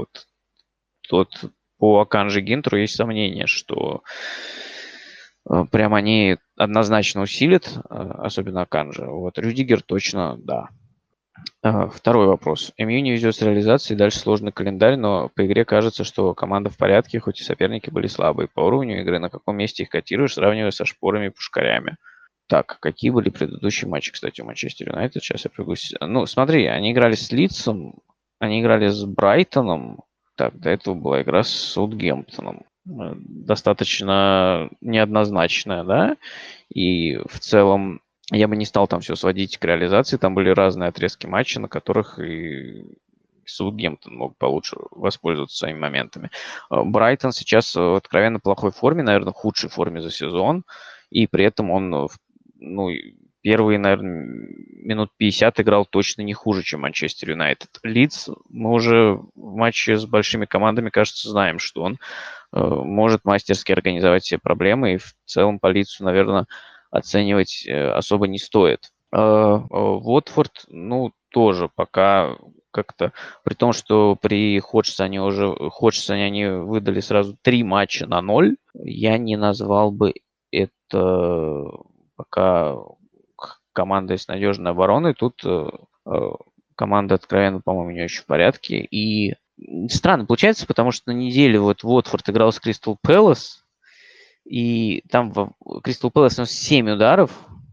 по Аканже Гинтеру есть сомнение, что прям они однозначно усилят, особенно Аканже. Вот Рюдигер точно, да. Второй вопрос. МЮ не везет с реализацией, дальше сложный календарь, но по игре кажется, что команда в порядке, хоть и соперники были слабые. По уровню игры на каком месте их котируешь, сравнивая со шпорами и пушкарями? Так, какие были предыдущие матчи, кстати, у Манчестер Юнайтед? Сейчас я пригласил. Ну, смотри, они играли с Лидсом, они играли с Брайтоном. Так, до этого была игра с Саутгемптоном. Достаточно неоднозначная, да? И в целом я бы не стал там все сводить к реализации. Там были разные отрезки матча, на которых и Саутгемптон мог получше воспользоваться своими моментами. Брайтон сейчас в откровенно плохой форме, наверное, в худшей форме за сезон. И при этом он, ну, первые, наверное, минут 50 играл точно не хуже, чем Манчестер Юнайтед. Лидс, мы уже в матче с большими командами, кажется, знаем, что он может мастерски организовать все проблемы. И в целом по Лидсу, наверное, оценивать особо не стоит. Уотфорд, ну, тоже пока как-то, при том, что при Ходжсоне они выдали сразу 3 матча на 0, я не назвал бы это пока командой с надежной обороной. Тут команда откровенно, по-моему, не очень в порядке. И странно получается, потому что на неделе вот Уотфорд играл с Кристал Пэлас, и там Кристал Пэлас 7 ударов,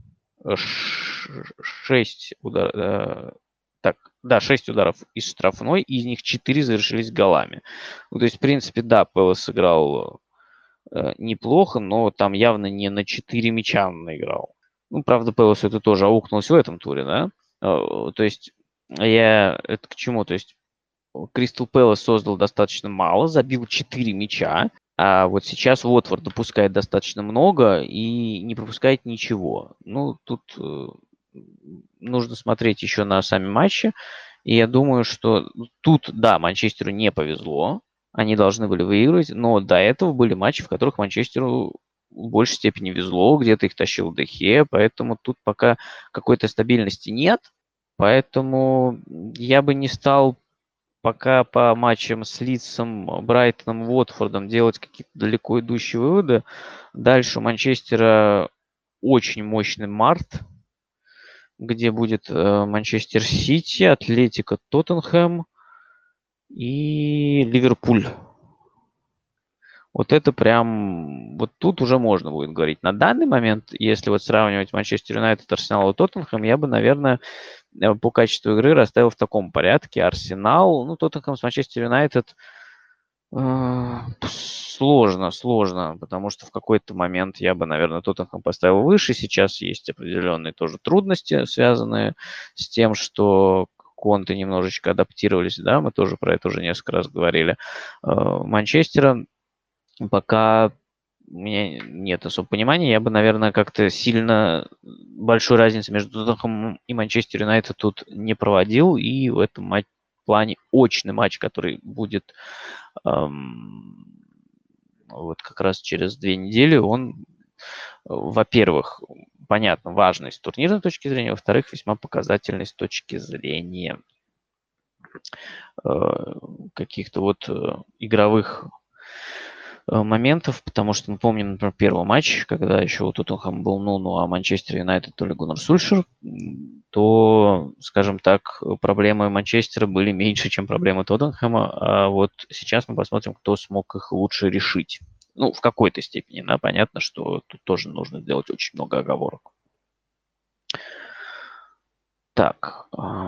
6 ударов, 6 ударов из штрафной, из них 4 завершились голами. Ну, то есть, в принципе, да, Пэлас сыграл неплохо, но там явно не на 4 мяча он наиграл. Ну, правда, Пэлас это тоже аукнулось в этом туре, да? То есть, это к чему? То есть, Кристал Пэлас создал достаточно мало, забил 4 мяча, а вот сейчас Уотфорд допускает достаточно много и не пропускает ничего. Ну, тут нужно смотреть еще на сами матчи. И я думаю, что тут, да, Манчестеру не повезло. Они должны были выигрывать, но до этого были матчи, в которых Манчестеру в большей степени везло, где-то их тащил Де, поэтому тут пока какой-то стабильности нет. Поэтому я бы не стал пока по матчам с Лидсом, Брайтоном, Уотфордом делать какие-то далеко идущие выводы. Дальше у Манчестера очень мощный март, где будет Манчестер Сити, Атлетико, Тоттенхэм и Ливерпуль. Вот это прям, вот тут уже можно будет говорить. На данный момент, если вот сравнивать Манчестер Юнайтед, Арсенал и Тоттенхэм, я бы, наверное, по качеству игры расставил в таком порядке. Арсенал, ну, Тоттенхэм с Манчестер Юнайтед сложно, потому что в какой-то момент я бы, наверное, Тоттенхэм поставил выше. Сейчас есть определенные тоже трудности, связанные с тем, что Конте немножечко адаптировались, да, мы тоже про это уже несколько раз говорили. Манчестера пока у меня нет особого понимания. Я бы, наверное, как-то сильно большой разницы между Тоттенхэмом и Манчестер Юнайтед тут не проводил. И в этом плане очный матч, который будет вот как раз через 2 недели, он, во-первых, понятно, важный с турнирной точки зрения, во-вторых, весьма показательный с точки зрения каких-то вот игровых моментов, потому что мы помним, например, первый матч, когда еще у Тоттенхэма был Нуну, а Манчестер Юнайтед то ли Гуннар Сульшер, то, скажем так, проблемы Манчестера были меньше, чем проблемы Тоттенхэма, а вот сейчас мы посмотрим, кто смог их лучше решить. Ну, в какой-то степени, да, понятно, что тут тоже нужно сделать очень много оговорок. Так,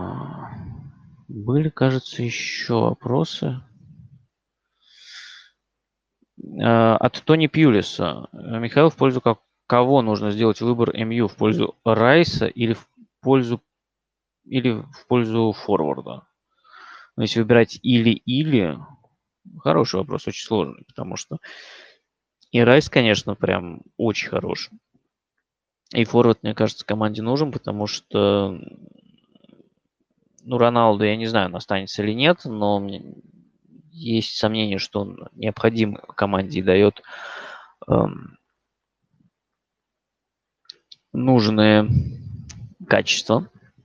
были, кажется, еще вопросы. От Тони Пьюлиса. Михаил, в пользу кого нужно сделать выбор МЮ? В пользу Райса или в пользу форварда? Но если выбирать или, хороший вопрос, очень сложный, потому что и Райс, конечно, прям очень хороший. И форвард, мне кажется, команде нужен, потому что, ну, Роналду, я не знаю, он останется или нет, но есть сомнение, что он необходим команде и дает нужные качества.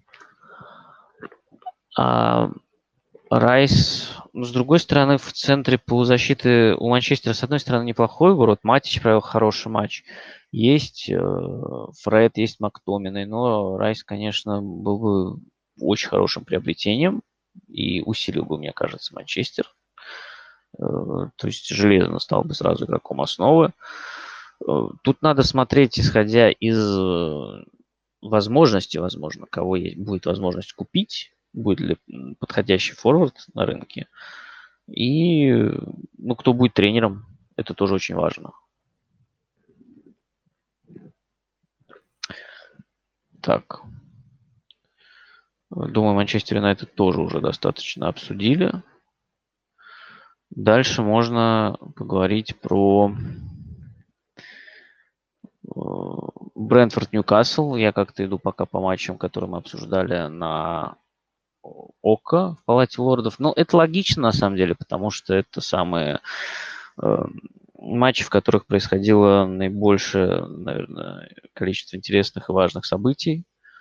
А Райс, с другой стороны, в центре полузащиты у Манчестера, с одной стороны, неплохой выбор. Матич провел хороший матч. Есть Фред, есть Мактоминой, но Райс, конечно, был бы очень хорошим приобретением и усилил бы, мне кажется, Манчестер. То есть железно стал бы сразу игроком основы. Тут надо смотреть, исходя из возможности, возможно, кого будет возможность купить, будет ли подходящий форвард на рынке, и ну, кто будет тренером, это тоже очень важно. Так. Думаю, Манчестер Юнайтед тоже уже достаточно обсудили. Дальше можно поговорить про Брентфорд Ньюкасл. Я как-то иду пока по матчам, которые мы обсуждали на ОКО в Палате лордов. Ну, это логично, на самом деле, потому что это самые матчи, в которых происходило наибольшее, наверное, количество интересных и важных событий.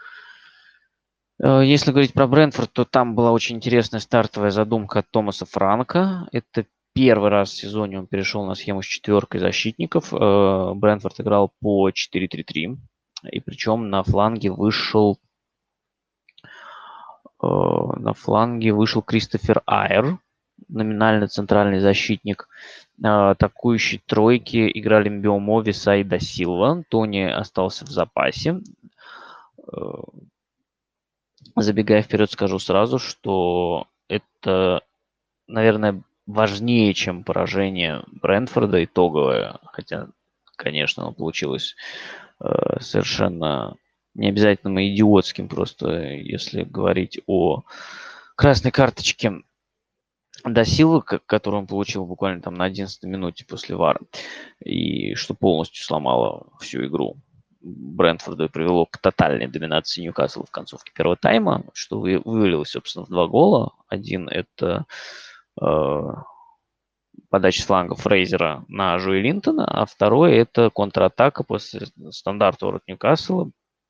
Если говорить про Брентфорд, то там была очень интересная стартовая задумка от Томаса Франка. Это первый раз в сезоне он перешел на схему с 4 защитников. Брентфорд играл по 4-3-3. И причем на фланге вышел Кристофер Айр, номинально центральный защитник. Атакующие тройки играли Мбиомо, Виса и Да Силва. Тони остался в запасе. Забегая вперед, скажу сразу, что это, наверное, важнее, чем поражение Брентфорда итоговое. Хотя, конечно, оно получилось совершенно необязательным и идиотским, просто если говорить о красной карточке Да Силвы, которую он получил буквально там на 11-й минуте после ВАР, и что полностью сломало всю игру Брентфорда и привело к тотальной доминации Ньюкасла в концовке первого тайма, что вылилось, собственно, в 2 гола. Один – это подача с фланга Фрейзера на Жуэлинтона, а второй – это контратака после стандарта от Ньюкасла.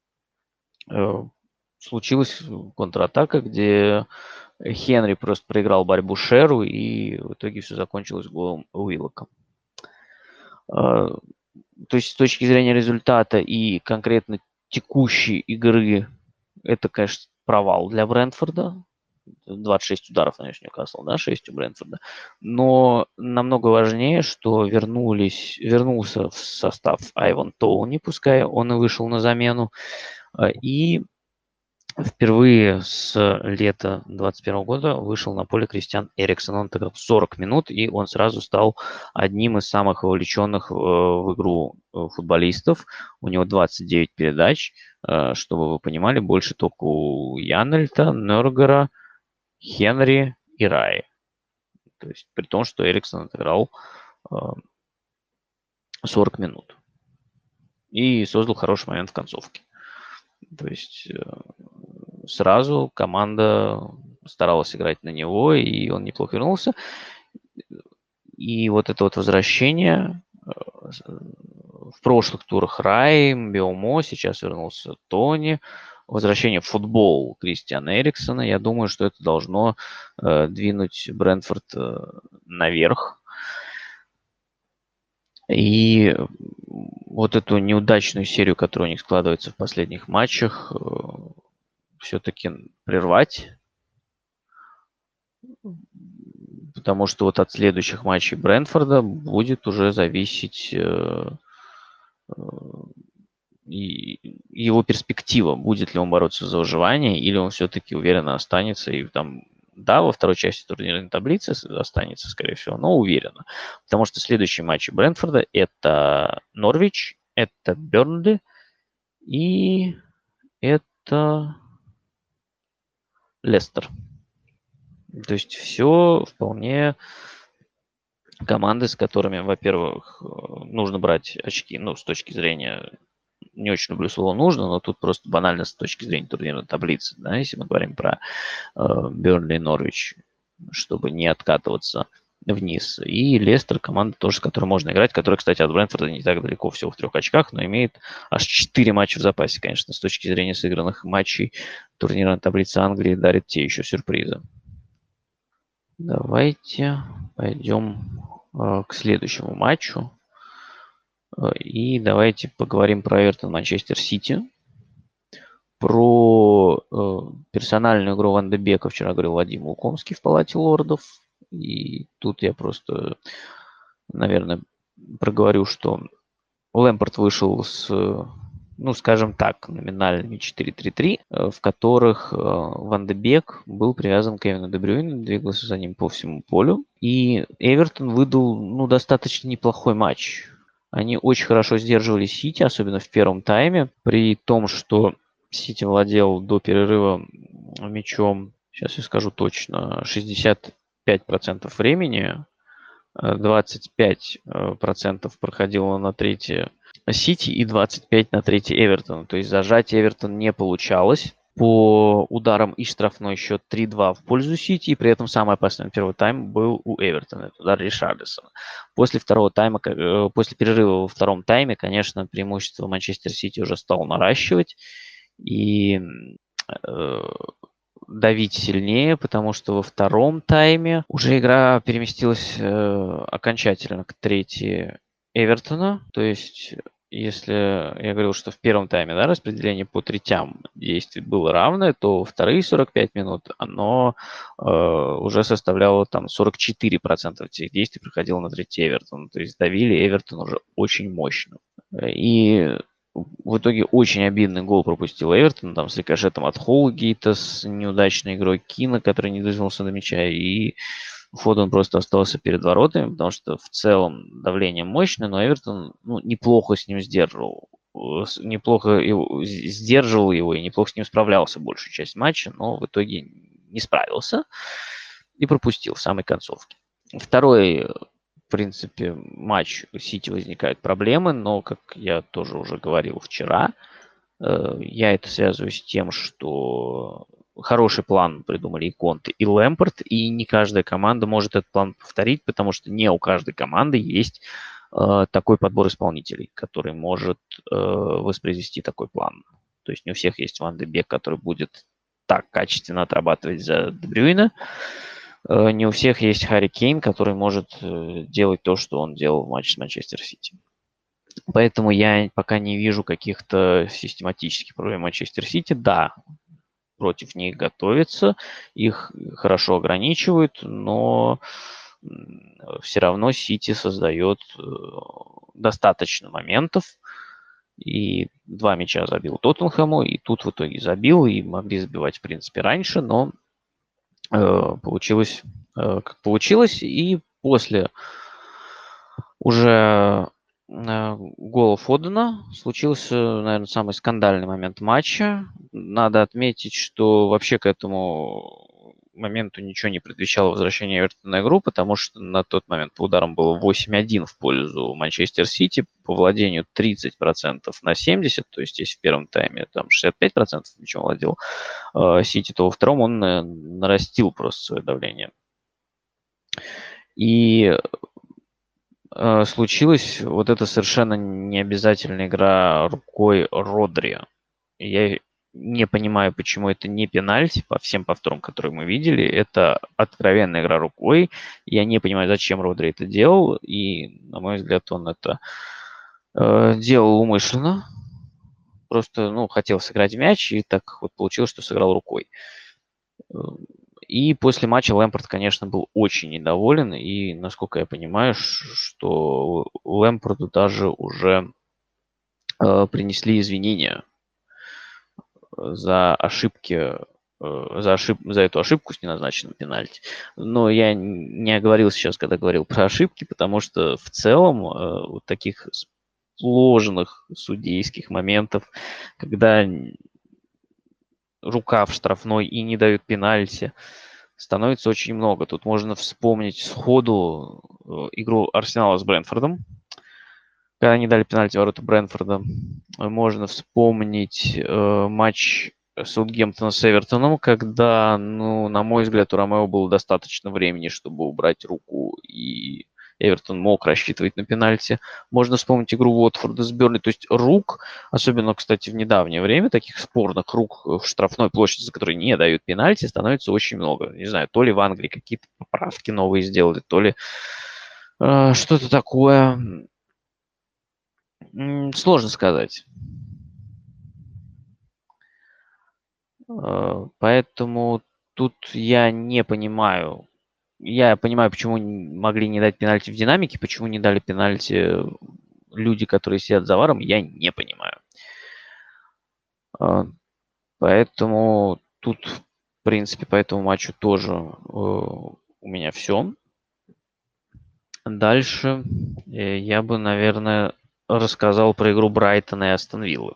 Случилась контратака, где Хенри просто проиграл борьбу Шеру, и в итоге все закончилось голом Уиллока. То есть с точки зрения результата и конкретно текущей игры, это, конечно, провал для Брентфорда. 26 ударов нанес Ньюкасл, да, 6 у Брентфорда. Но намного важнее, что вернулся в состав Айван Тоуни, пускай он и вышел на замену. И впервые с лета 2021 года вышел на поле Кристиан Эриксон. Он отыграл 40 минут, и он сразу стал одним из самых вовлеченных в игру футболистов. У него 29 передач, чтобы вы понимали, больше только у Янельта, Нёргера, Хенри и Раи. То есть при том, что Эриксон отыграл 40 минут. И создал хороший момент в концовке. То есть сразу команда старалась играть на него, и он неплохо вернулся. И вот это вот возвращение в прошлых турах Рай, Биомо, сейчас вернулся Тони, возвращение в футбол Кристиана Эриксона, я думаю, что это должно двинуть Брентфорд наверх. И вот эту неудачную серию, которая у них складывается в последних матчах, все-таки прервать. Потому что вот от следующих матчей Брентфорда будет уже зависеть и его перспектива, будет ли он бороться за выживание, или он все-таки уверенно останется и там, да, во второй части турнирной таблицы останется, скорее всего, но уверенно. Потому что следующие матчи Брентфорда – это Норвич, это Бернли и это Лестер. То есть все вполне команды, с которыми, во-первых, нужно брать очки, ну, с точки зрения, не очень люблю слово «нужно», но тут просто банально с точки зрения турнирной таблицы, да, если мы говорим про Бернли и Норвич, чтобы не откатываться вниз. И Лестер, команда тоже, с которой можно играть, которая, кстати, от Брентфорда не так далеко, всего в 3 очках, но имеет аж 4 матча в запасе, конечно, с точки зрения сыгранных матчей турнирной таблицы Англии дарит те еще сюрпризы. Давайте пойдем к следующему матчу. И давайте поговорим про Эвертон Манчестер Сити. Про персональную игру Ван де Бека вчера говорил Вадим Лукомский в Палате лордов. И тут я просто, наверное, проговорю, что Лэмпард вышел с, ну, скажем так, номинальными 4-3-3, в которых Ван де Бек был привязан к Кевину де Брюйне, двигался за ним по всему полю. И Эвертон выдал, ну, достаточно неплохой матч. Они очень хорошо сдерживали Сити, особенно в первом тайме, при том, что Сити владел до перерыва мячом, сейчас я скажу точно, 65% времени, 25% проходило на третье Сити и 25% на третье Эвертон. То есть зажать Эвертон не получалось. По ударам и штрафной счет 3-2 в пользу Сити, и при этом самый опасный первый тайм был у Эвертона. Это удар Ришарлисона. После второго тайма, после перерыва во втором тайме, конечно, преимущество Манчестер Сити уже стал наращивать и давить сильнее, потому что во втором тайме уже игра переместилась окончательно к третьей Эвертона. То есть, если я говорил, что в первом тайме, да, распределение по третям действий было равное, то вторые 45 минут оно уже составляло там 44% этих действий проходило на третий Эвертон. То есть давили Эвертон уже очень мощно. И в итоге очень обидный гол пропустил Эвертон, там с рикошетом от Холлгейта, с неудачной игрой Кина, который не дотянулся до мяча, и Фоден просто остался перед воротами, потому что в целом давление мощное, но Эвертон, ну, неплохо с ним сдерживал его и неплохо с ним справлялся большую часть матча, но в итоге не справился и пропустил в самой концовке. Второй принципе, матч Сити возникают проблемы, но, как я тоже уже говорил вчера, я это связываю с тем, что хороший план придумали и Конте, и Лэмпард, и не каждая команда может этот план повторить, потому что не у каждой команды есть такой подбор исполнителей, который может воспроизвести такой план. То есть не у всех есть Ван де Бек, который будет так качественно отрабатывать за Де Брюйна. Не у всех есть Харри Кейн, который может делать то, что он делал в матче с Манчестер Сити. Поэтому я пока не вижу каких-то систематических проблем Манчестер Сити. Да, против них готовятся, их хорошо ограничивают, но все равно Сити создает достаточно моментов. И 2 мяча забил Тоттенхэму, и тут в итоге забил, и могли забивать, в принципе, раньше, но получилось, как получилось. И после уже гола Фодена случился, наверное, самый скандальный момент матча. Надо отметить, что вообще к этому моменту ничего не предвещало возвращения Эвертона на игру, потому что на тот момент по ударам было 8-1 в пользу Манчестер Сити, по владению 30% на 70%, то есть если в первом тайме там 65% мячом владел Сити, то во втором он нарастил просто свое давление. И случилась вот эта совершенно необязательная игра рукой Родри. Я не понимаю, почему это не пенальти по всем повторам, которые мы видели. Это откровенная игра рукой. Я не понимаю, зачем Родри это делал. И, на мой взгляд, он это делал умышленно. Просто, хотел сыграть мяч, и так вот получилось, что сыграл рукой. И после матча Лэмпард, конечно, был очень недоволен. И, насколько я понимаю, что Лэмпарду даже уже принесли извинения за ошибки, за эту ошибку с неназначенным пенальти. Но я не оговорил сейчас, когда говорил про ошибки, потому что в целом вот таких сложных судейских моментов, когда рука в штрафной и не дают пенальти, становится очень много. Тут можно вспомнить сходу игру Арсенала с Брентфордом, когда они дали пенальти в ворота Брентфорда. Можно вспомнить матч Саутгемптона с Эвертоном, когда, на мой взгляд, у Ромео было достаточно времени, чтобы убрать руку, и Эвертон мог рассчитывать на пенальти. Можно вспомнить игру Уотфорда с Бернли. То есть рук, особенно, кстати, в недавнее время, таких спорных рук в штрафной площади, за которые не дают пенальти, становится очень много. Не знаю, то ли в Англии какие-то поправки новые сделали, то ли что-то такое. Сложно сказать. Поэтому тут я не понимаю. Я понимаю, почему могли не дать пенальти в динамике, почему не дали пенальти люди, которые сидят за варом, я не понимаю. Поэтому тут, в принципе, по этому матчу тоже у меня все. Дальше я бы, наверное, рассказал про игру Брайтона и Астон Виллы.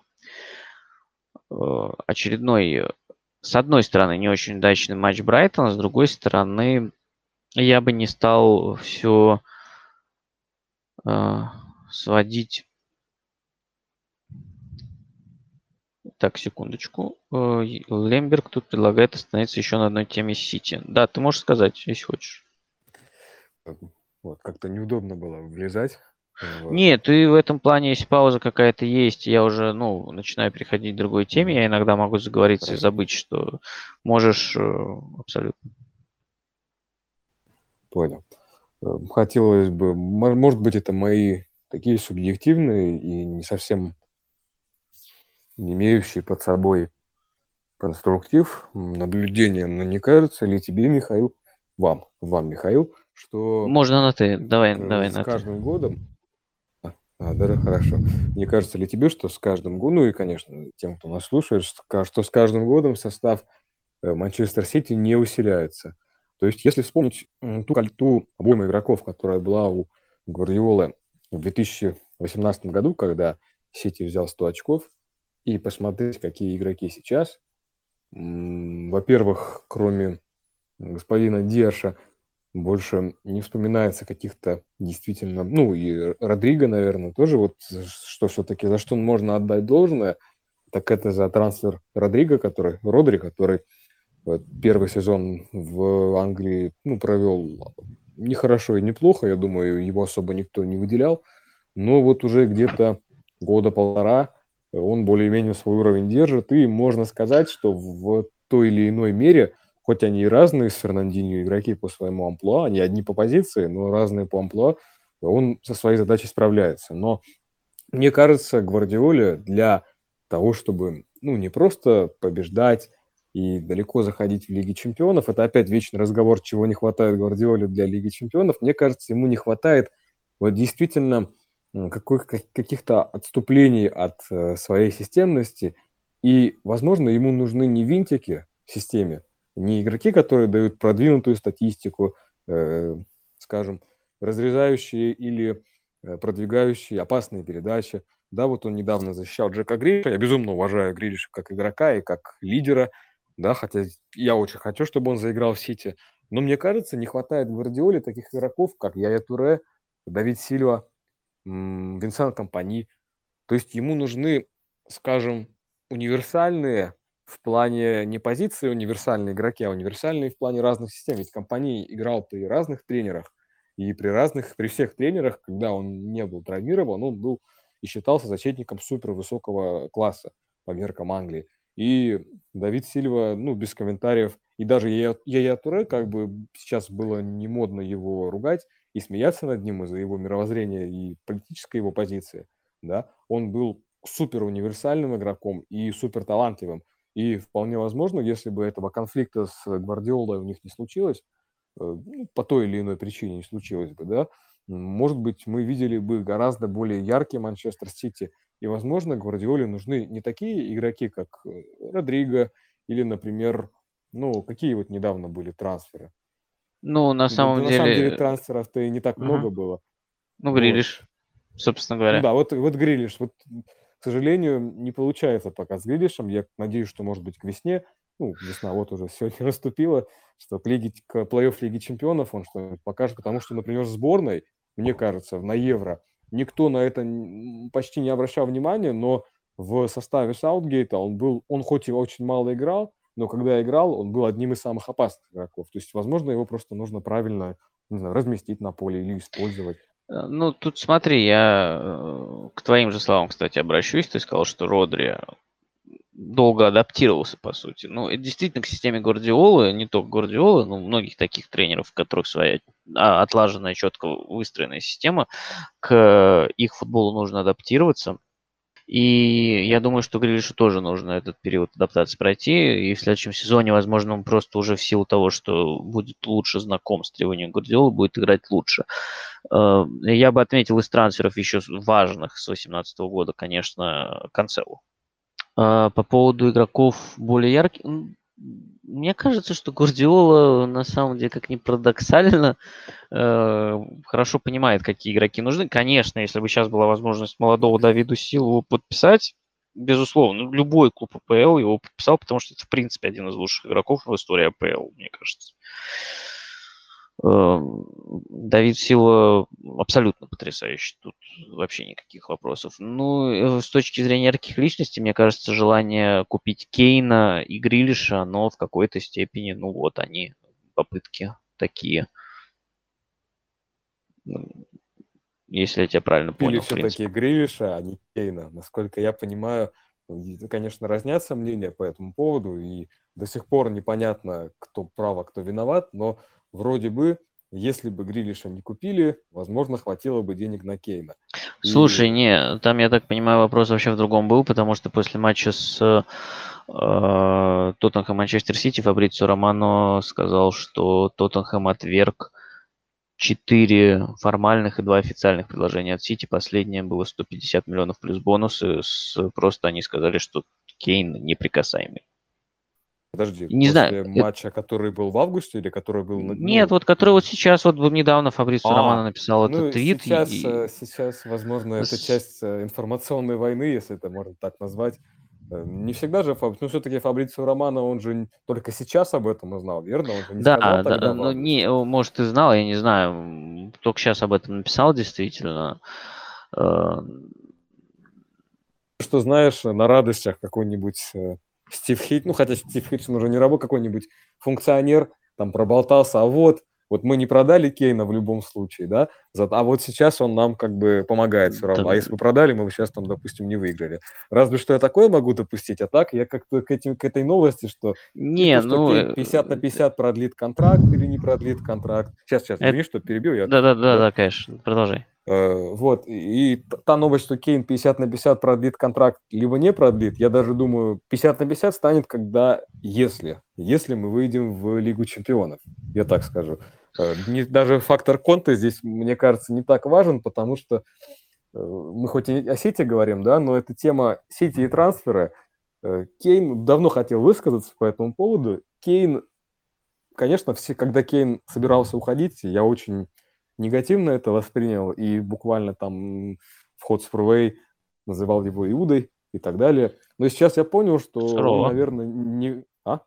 Очередной, с одной стороны, не очень удачный матч Брайтона, с другой стороны, я бы не стал все сводить. Так, секундочку. Лемберг тут предлагает остановиться еще на одной теме Сити. Да, ты можешь сказать, если хочешь. Вот, как-то неудобно было влезать. Нет, и в этом плане, если пауза какая-то есть, я уже, начинаю переходить к другой теме, я иногда могу заговориться и забыть, что можешь абсолютно. Понял. Хотелось бы, может быть, это мои такие субъективные и не совсем не имеющие под собой конструктив наблюдения, но не кажется ли тебе, Михаил, вам, Михаил, что можно на ты, давай с на каждым ты. годом, да, хорошо. Не кажется ли тебе, что с каждым годом, и, конечно, тем, кто нас слушает, что с каждым годом состав Манчестер Сити не усиляется? То есть, если вспомнить ту обойму игроков, которая была у Гвардиолы в 2018 году, когда Сити взял 100 очков, и посмотреть, какие игроки сейчас, во-первых, кроме господина Диаша, больше не вспоминается каких-то действительно, ну и Родриго, наверное, тоже вот, что все-таки за что можно отдать должное, так это за трансфер Родри, который первый сезон в Англии, ну, провел не хорошо и неплохо, я думаю, его особо никто не выделял, но вот уже где-то года полтора он более-менее свой уровень держит, и можно сказать, что в той или иной мере, хоть они и разные с Фернандиньо игроки по своему амплуа, они одни по позиции, но разные по амплуа, он со своей задачей справляется. Но мне кажется, Гвардиоле для того, чтобы, ну, не просто побеждать и далеко заходить в Лиге чемпионов, это опять вечный разговор, чего не хватает Гвардиоле для Лиги чемпионов. Мне кажется, ему не хватает вот действительно каких-то отступлений от своей системности. И, возможно, ему нужны не винтики в системе, не игроки, которые дают продвинутую статистику, скажем, разрезающие или продвигающие опасные передачи. Да, вот он недавно защищал Джека Грилиша. Я безумно уважаю Грилиша как игрока и как лидера, да, хотя я очень хочу, чтобы он заиграл в Сити. Но мне кажется, не хватает Гвардиоле таких игроков, как Яя Туре, Давид Сильва, Винсент Компани. То есть ему нужны, скажем, универсальные в плане не позиции универсальные игроки, а универсальные в плане разных систем. Ведь Компани играл при разных тренерах, и при всех тренерах, когда он не был травмирован, он был и считался защитником супер высокого класса по меркам Англии. И Давид Сильва, ну, без комментариев, и даже Яя Туре, как бы сейчас было не модно его ругать и смеяться над ним из-за его мировоззрения и политической его позиции, да, он был супер универсальным игроком и супер талантливым. И вполне возможно, если бы этого конфликта с Гвардиолой у них не случилось, по той или иной причине не случилось бы, да, может быть, мы видели бы гораздо более яркий Манчестер Сити. И, возможно, Гвардиоле нужны не такие игроки, как Родриго или, например, ну, какие вот недавно были трансферы. Ну, на Да, самом на самом деле деле, трансферов-то и не так много мгм. было. Ну, Вот. Грилиш, собственно Ну говоря. да, вот Грилиш. Вот, к сожалению, не получается пока с Грилишем. Я надеюсь, что, может быть, к весне, ну, весна вот уже сегодня наступила, что к плей-офф Лиги Чемпионов он что-нибудь покажет, потому что, например, в сборной, мне кажется, на Евро никто на это почти не обращал внимания, но в составе Саутгейта он хоть и очень мало играл, но когда играл, он был одним из самых опасных игроков. То есть, возможно, его просто нужно правильно, не знаю, разместить на поле или использовать. Ну, тут смотри, я к твоим же словам, кстати, обращусь. Ты сказал, что Родри долго адаптировался, по сути. Ну, это действительно к системе Гвардиолы, не только Гвардиолы, но многих таких тренеров, у которых своя отлаженная, четко выстроенная система, к их футболу нужно адаптироваться. И я думаю, что Грилишу тоже нужно этот период адаптации пройти. И в следующем сезоне, возможно, он просто уже в силу того, что будет лучше знаком с требованиями Гвардиолы, будет играть лучше. Я бы отметил из трансферов еще важных с 2018 года, конечно, Канцелу. По поводу игроков более ярких, мне кажется, что Гвардиола, на самом деле, как ни парадоксально, хорошо понимает, какие игроки нужны. Конечно, если бы сейчас была возможность молодого Давиду Силову подписать, безусловно, любой клуб АПЛ его подписал, потому что это, в принципе, один из лучших игроков в истории АПЛ, мне кажется. Давид Силва абсолютно потрясающий, тут вообще никаких вопросов. Ну, с точки зрения ярких личностей, мне кажется, желание купить Кейна и Грилиша, но в какой-то степени, ну вот они, попытки такие, если я тебя правильно Купили понял, в все-таки принципе. Грилиша, а не Кейна. Насколько я понимаю, конечно, разнятся мнения по этому поводу, и до сих пор непонятно, кто прав, а кто виноват, но вроде бы, если бы Грилиша не купили, возможно, хватило бы денег на Кейна. Слушай, И не, там, я так понимаю, вопрос вообще в другом был, потому что после матча с Тоттенхэм Манчестер Сити Фабрицио Романо сказал, что Тоттенхэм отверг 4 формальных и 2 официальных предложения от Сити. Последнее было 150 миллионов плюс бонусы. Просто они сказали, что Кейн неприкасаемый. подожди, Не знаю, после матча, который был в августе или который был, нет, ну... вот который вот сейчас, вот недавно Фабрицио Романо А, написал этот ну твит. сейчас, возможно, это часть информационной войны, если это можно так назвать. Не всегда же, все-таки Фабрицио Романо, он же только сейчас об этом узнал, верно? Он же не Да, сказал тогда в ну августе. может, ты знал, я не знаю, только сейчас об этом написал действительно. Что знаешь, на радостях какой-нибудь Стив Хитч, ну хотя Стив Хитч уже не работал, какой-нибудь функционер там проболтался, а вот мы не продали Кейна в любом случае, да, а вот сейчас он нам как бы помогает все равно. А если бы продали, мы бы сейчас там, допустим, не выиграли. Разве что я такое могу допустить, а так я как-то к этой новости, что Не, что Кейн 50 на 50 продлит контракт или не продлит контракт. Сейчас, извини, что перебил. Да, конечно, продолжай. Вот, и та новость, что Кейн 50 на 50 продлит контракт, либо не продлит, я даже думаю, 50 на 50 станет, если мы выйдем в Лигу чемпионов, я так скажу. Даже фактор Конте здесь, мне кажется, не так важен, потому что мы хоть и о Сити говорим, да, но это тема Сити и трансфера. Кейн давно хотел высказаться по этому поводу. Кейн, конечно, когда Кейн собирался уходить, я очень негативно это воспринял и буквально там в Hotspur называл его Иудой и так далее. Но сейчас я понял, что Сурово. он, наверное, не...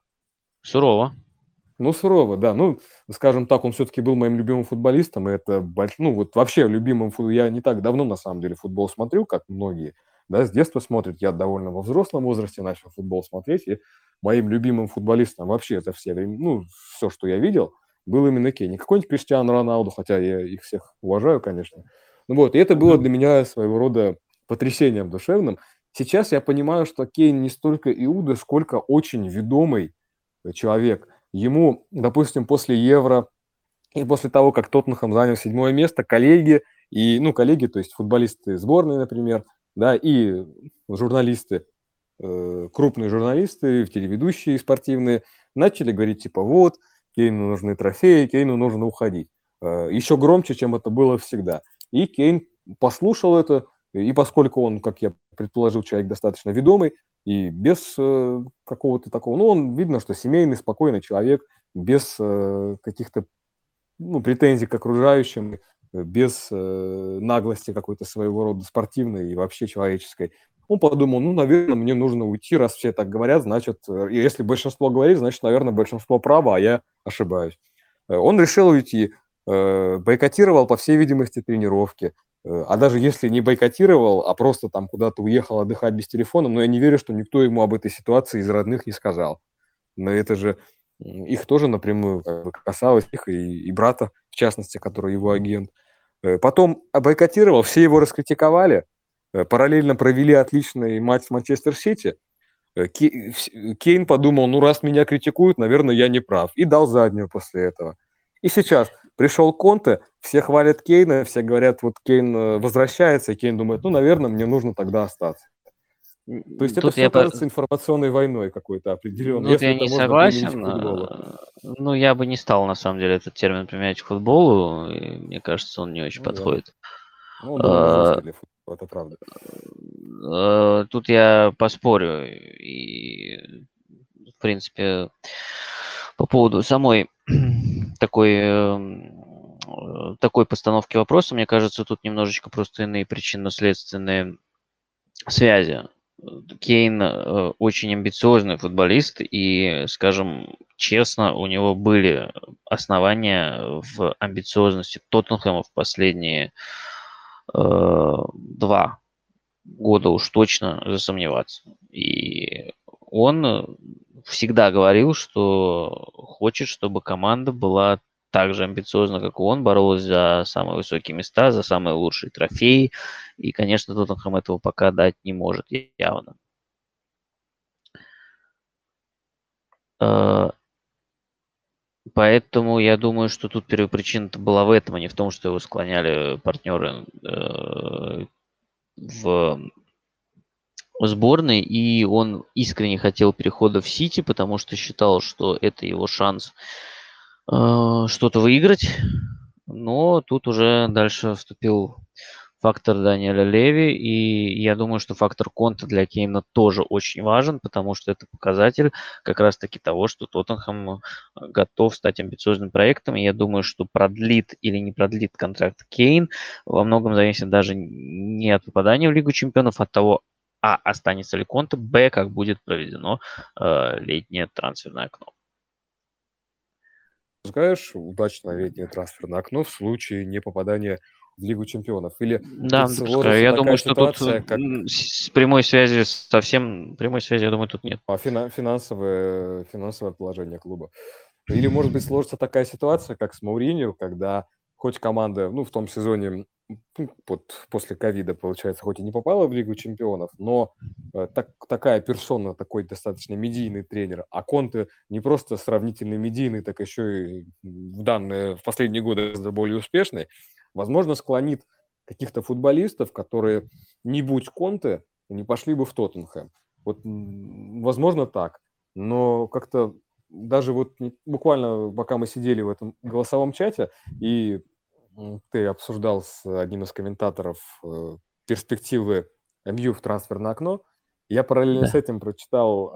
Сурово. Ну, сурово, да. Ну, скажем так, он все-таки был моим любимым футболистом, и это ну, вот вообще любимым я не так давно, на самом деле, футбол смотрю, как многие, да, с детства смотрят. Я довольно во взрослом возрасте начал футбол смотреть, и моим любимым футболистом вообще это все что я видел, был именно Кейн. Не какой-нибудь Криштиану Роналду, хотя я их всех уважаю, конечно. Ну вот, и это было для меня своего рода потрясением душевным. Сейчас я понимаю, что Кейн не столько Иуда, сколько очень ведомый человек. Ему, допустим, после Евро и после того, как Тоттенхэм занял 7-е место, коллеги, то есть футболисты сборной, например, да, и журналисты, крупные журналисты, телеведущие спортивные, начали говорить, типа, вот, Кейну нужны трофеи, Кейну нужно уходить. Еще громче, чем это было всегда. И Кейн послушал это, и поскольку он, как я предположил, человек достаточно ведомый, и без какого-то такого, он видно, что семейный, спокойный человек, без каких-то претензий к окружающим, без наглости какой-то своего рода спортивной и вообще человеческой. Он подумал, наверное, мне нужно уйти, раз все так говорят, значит, если большинство говорит, значит, наверное, большинство право, а я ошибаюсь. Он решил уйти, бойкотировал, по всей видимости, тренировки. А даже если не бойкотировал, а просто там куда-то уехал отдыхать без телефона, но я не верю, что никто ему об этой ситуации из родных не сказал. Но это же их тоже напрямую касалось, их и брата, в частности, который его агент. Потом бойкотировал, все его раскритиковали, параллельно провели отличный матч с Манчестер Сити. Кейн подумал, раз меня критикуют, наверное, я не прав. И дал заднюю после этого. И сейчас пришел Конте, все хвалят Кейна, все говорят, вот Кейн возвращается, и Кейн думает, наверное, мне нужно тогда остаться. То есть это все кажется информационной войной какой-то определенной. Тут я не согласен. Я бы не стал, на самом деле, этот термин применять к футболу. И, мне кажется, он не очень подходит. Это правда. Тут я поспорю. И, в принципе, по поводу самой такой постановки вопроса, мне кажется, тут немножечко просто иные причинно-следственные связи. Кейн очень амбициозный футболист, и, скажем честно, у него были основания в амбициозности Тоттенхэма в последние 2 года уж точно засомневаться. И он всегда говорил, что хочет, чтобы команда была так же амбициозно, как и он, боролась за самые высокие места, за самые лучшие трофеи. И, конечно, Тоттенхэм этого пока дать не может явно. Поэтому я думаю, что тут первопричина-то была в этом, а не в том, что его склоняли партнеры в сборной, и он искренне хотел перехода в Сити, потому что считал, что это его шанс что-то выиграть. Но тут уже дальше вступил фактор Даниэля Леви, и я думаю, что фактор Конте для Кейна тоже очень важен, потому что это показатель как раз-таки того, что Тоттенхэм готов стать амбициозным проектом, и я думаю, что продлит или не продлит контракт Кейн во многом зависит даже не от попадания в Лигу чемпионов, а от того, А, останется ли Конте, Б, как будет проведено летнее трансферное окно. Допускаешь удачное летнее трансферное окно в случае непопадания в Лигу чемпионов? Или Да, тут допускаю. сложится Я такая думаю, что тут ситуация, как с прямой связи совсем прямой связи, я думаю, тут нет. финансовое положение клуба? Или, может быть, сложится такая ситуация, как с Мауриньо, когда хоть команда, ну, в том сезоне после ковида, получается, хоть и не попала в Лигу чемпионов, но такая персона, такой достаточно медийный тренер, а Конте не просто сравнительно медийный, так еще и в последние годы гораздо более успешный, возможно, склонит каких-то футболистов, которые, не будь Конте, не пошли бы в Тоттенхэм. Вот, возможно, так. Но как-то даже вот буквально пока мы сидели в этом голосовом чате, и ты обсуждал с одним из комментаторов перспективы МЮ в трансферное окно, я параллельно с Да. этим прочитал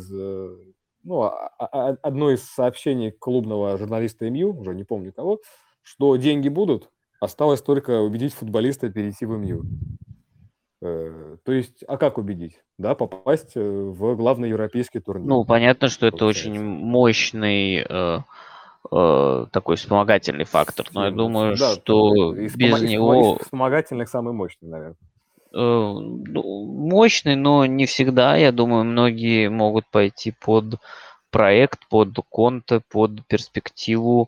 одно из сообщений клубного журналиста МЮ, уже не помню кого, что деньги будут, осталось только убедить футболиста перейти в МЮ. То есть, а как убедить? Да, попасть в главный европейский турнир, Ну, понятно, что это очень получается. мощный такой вспомогательный фактор, но я думаю, Да, что такой без из него вспомогательных самый мощный, наверное. ну, мощный, но не всегда. Я думаю, многие могут пойти под проект, под Конте, под перспективу.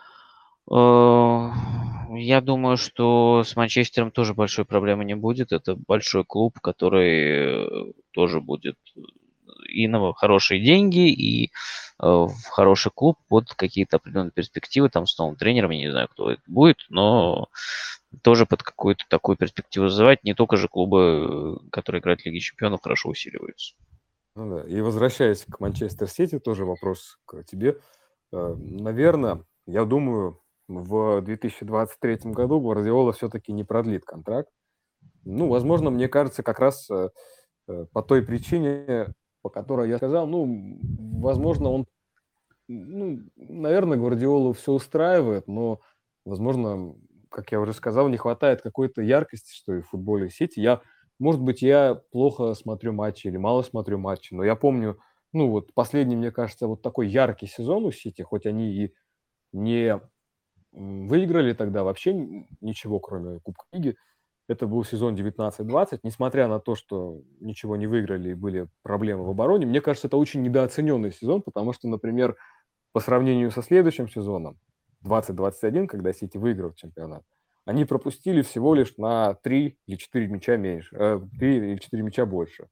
Я думаю, что с Манчестером тоже большой проблемы не будет. Это большой клуб, который тоже будет и на хорошие деньги, и в хороший клуб под какие-то определенные перспективы, там с новым тренером, я не знаю, кто это будет, но тоже под какую-то такую перспективу называть. Не только же клубы, которые играют в Лиге Чемпионов, хорошо усиливаются. Ну да. И возвращаясь к Манчестер Сити, тоже вопрос к тебе. Наверное, я думаю, в 2023 году Гвардиола все-таки не продлит контракт. Ну, возможно, мне кажется, как раз по той причине, по которой я сказал, ну, возможно, наверное, Гвардиолу все устраивает, но, возможно, как я уже сказал, не хватает какой-то яркости, что и в футболе Сити. Может быть, я плохо смотрю матчи или мало смотрю матчи, но я помню, ну, вот последний, мне кажется, вот такой яркий сезон у Сити, хоть они и не выиграли тогда вообще ничего, кроме Кубка Лиги. Это был сезон 19-20. Несмотря на то, что ничего не выиграли и были проблемы в обороне, мне кажется, это очень недооцененный сезон, потому что, например, по сравнению со следующим сезоном, 2021, когда Сити выиграл чемпионат, они пропустили всего лишь на 3 или 4 мяча меньше, 3 или 4 мяча больше.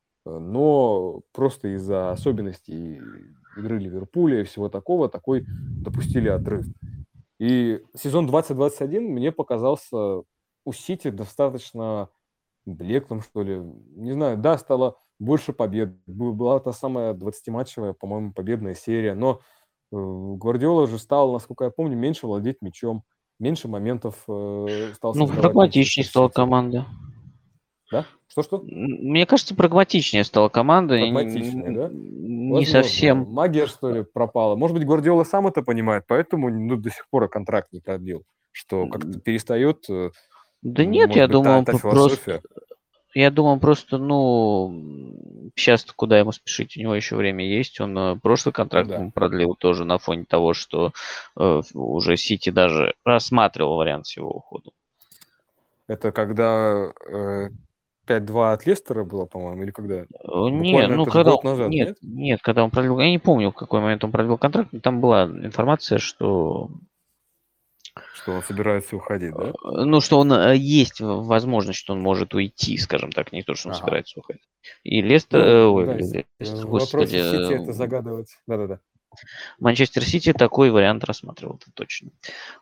Но просто из-за особенностей игры Ливерпуля и всего такой допустили отрыв. И сезон 2021 мне показался у Сити достаточно блеклым, что ли. Не знаю, да, стало больше побед. Была та самая 20-матчевая, по-моему, победная серия. Но Гвардиола же стал, насколько я помню, меньше владеть мячом, меньше моментов стал Ну, создавать прагматичнее Манчестер стала Сити. команда. Да? Что-что? Мне кажется, прагматичнее стала команда. Прагматичнее, да? Не Возможно. совсем. Магия, что ли, пропала. Может быть, Гвардиола сам это понимает, поэтому до сих пор контракт не продлил. Что как-то перестает, Да нет, может я быть, та думаю, философия. просто, ну, сейчас куда ему спешить, у него еще время есть. Он прошлый Ну контракт да. продлил тоже на фоне того, что уже Сити даже рассматривал вариант с его уходом. Это когда 5-2 от Лестера было, по-моему, или когда? Не, Буквально ну это же когда год назад, нет? нет, когда он продлил, я не помню, в какой момент он продлил контракт, но там была информация, что Что он собирается уходить, да? ну, что он есть возможность, что он может уйти, скажем так, не то, что он Ага. собирается уходить. И Лестер, Ну, ой, да, Лестер, в господи, вопросе Сити это загадывать. Да-да-да. Манчестер Сити такой вариант рассматривал, это точно.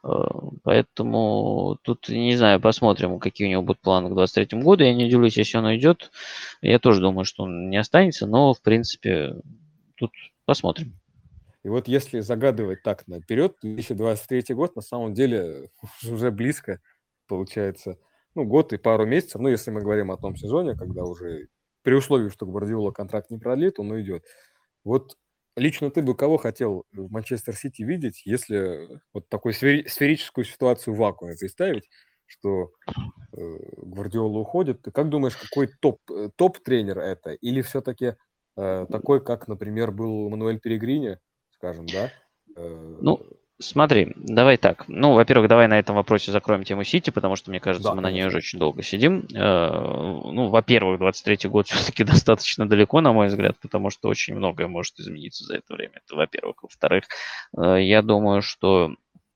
Поэтому тут, не знаю, посмотрим, какие у него будут планы к 2023 году. Я не удивлюсь, если он уйдет. Я тоже думаю, что он не останется, но, в принципе, тут посмотрим. И вот если загадывать так наперед, 2023 год на самом деле уже близко, получается, ну, год и пару месяцев, ну, если мы говорим о том сезоне, когда уже при условии, что Гвардиола контракт не продлит, он уйдет. Вот лично ты бы кого хотел в Манчестер Сити видеть, если вот такую сферическую ситуацию в вакууме представить? что Гвардиола уходит. Ты как думаешь, какой топ-тренер это? Или все-таки такой, как, например, был Мануэль Пеллегрини, скажем, да? Ну, смотри, давай так. Ну, во-первых, давай на этом вопросе закроем тему Сити, потому что, мне кажется, Да, мы на ней уже конечно. очень долго сидим. Ну, во-первых, 23-й год все-таки достаточно далеко, на мой взгляд, потому что очень многое может измениться за это время. Это, во-первых. Во-вторых, я думаю, что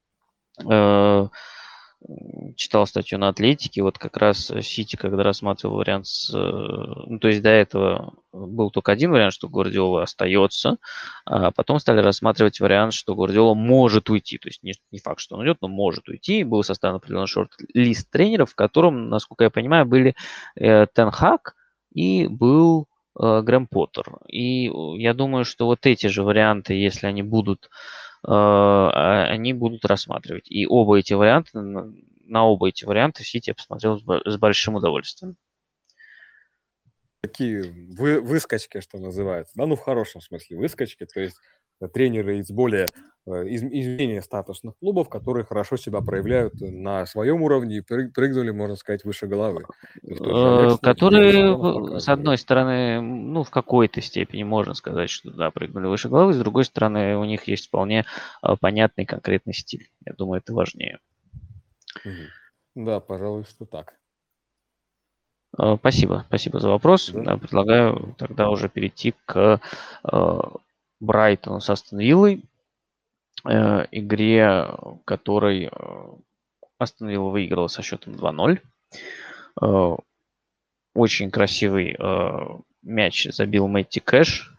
читал статью на Атлетике, вот как раз Сити, когда рассматривал вариант ну, то есть до этого был только один вариант, что Гвардиола остается, а потом стали рассматривать вариант, что Гвардиола может уйти, то есть не факт, что он уйдет, но может уйти, и был составлен определенный шорт-лист тренеров, в котором, насколько я понимаю, были Тен Хаг и был Грэм Поттер. И я думаю, что вот эти же варианты, если они будут рассматривать. И оба эти варианта, на оба эти варианта Сити я посмотрел с большим удовольствием. Такие выскочки, что называется. Да, ну, в хорошем смысле выскочки. То есть тренеры из более менее статусных клубов, которые хорошо себя проявляют на своем уровне и прыгнули, можно сказать, выше головы. Которые, с одной стороны, ну, в какой-то степени можно сказать, что да, прыгнули выше головы, с другой стороны, у них есть вполне понятный конкретный стиль. Я думаю, это важнее. Да, пожалуй, что так. Спасибо за вопрос. Да. Предлагаю тогда уже перейти к Брайтону с Астон Виллой, игре, которой Астон Вилла выиграла со счетом 2-0. Очень красивый мяч забил Мэтти Кэш.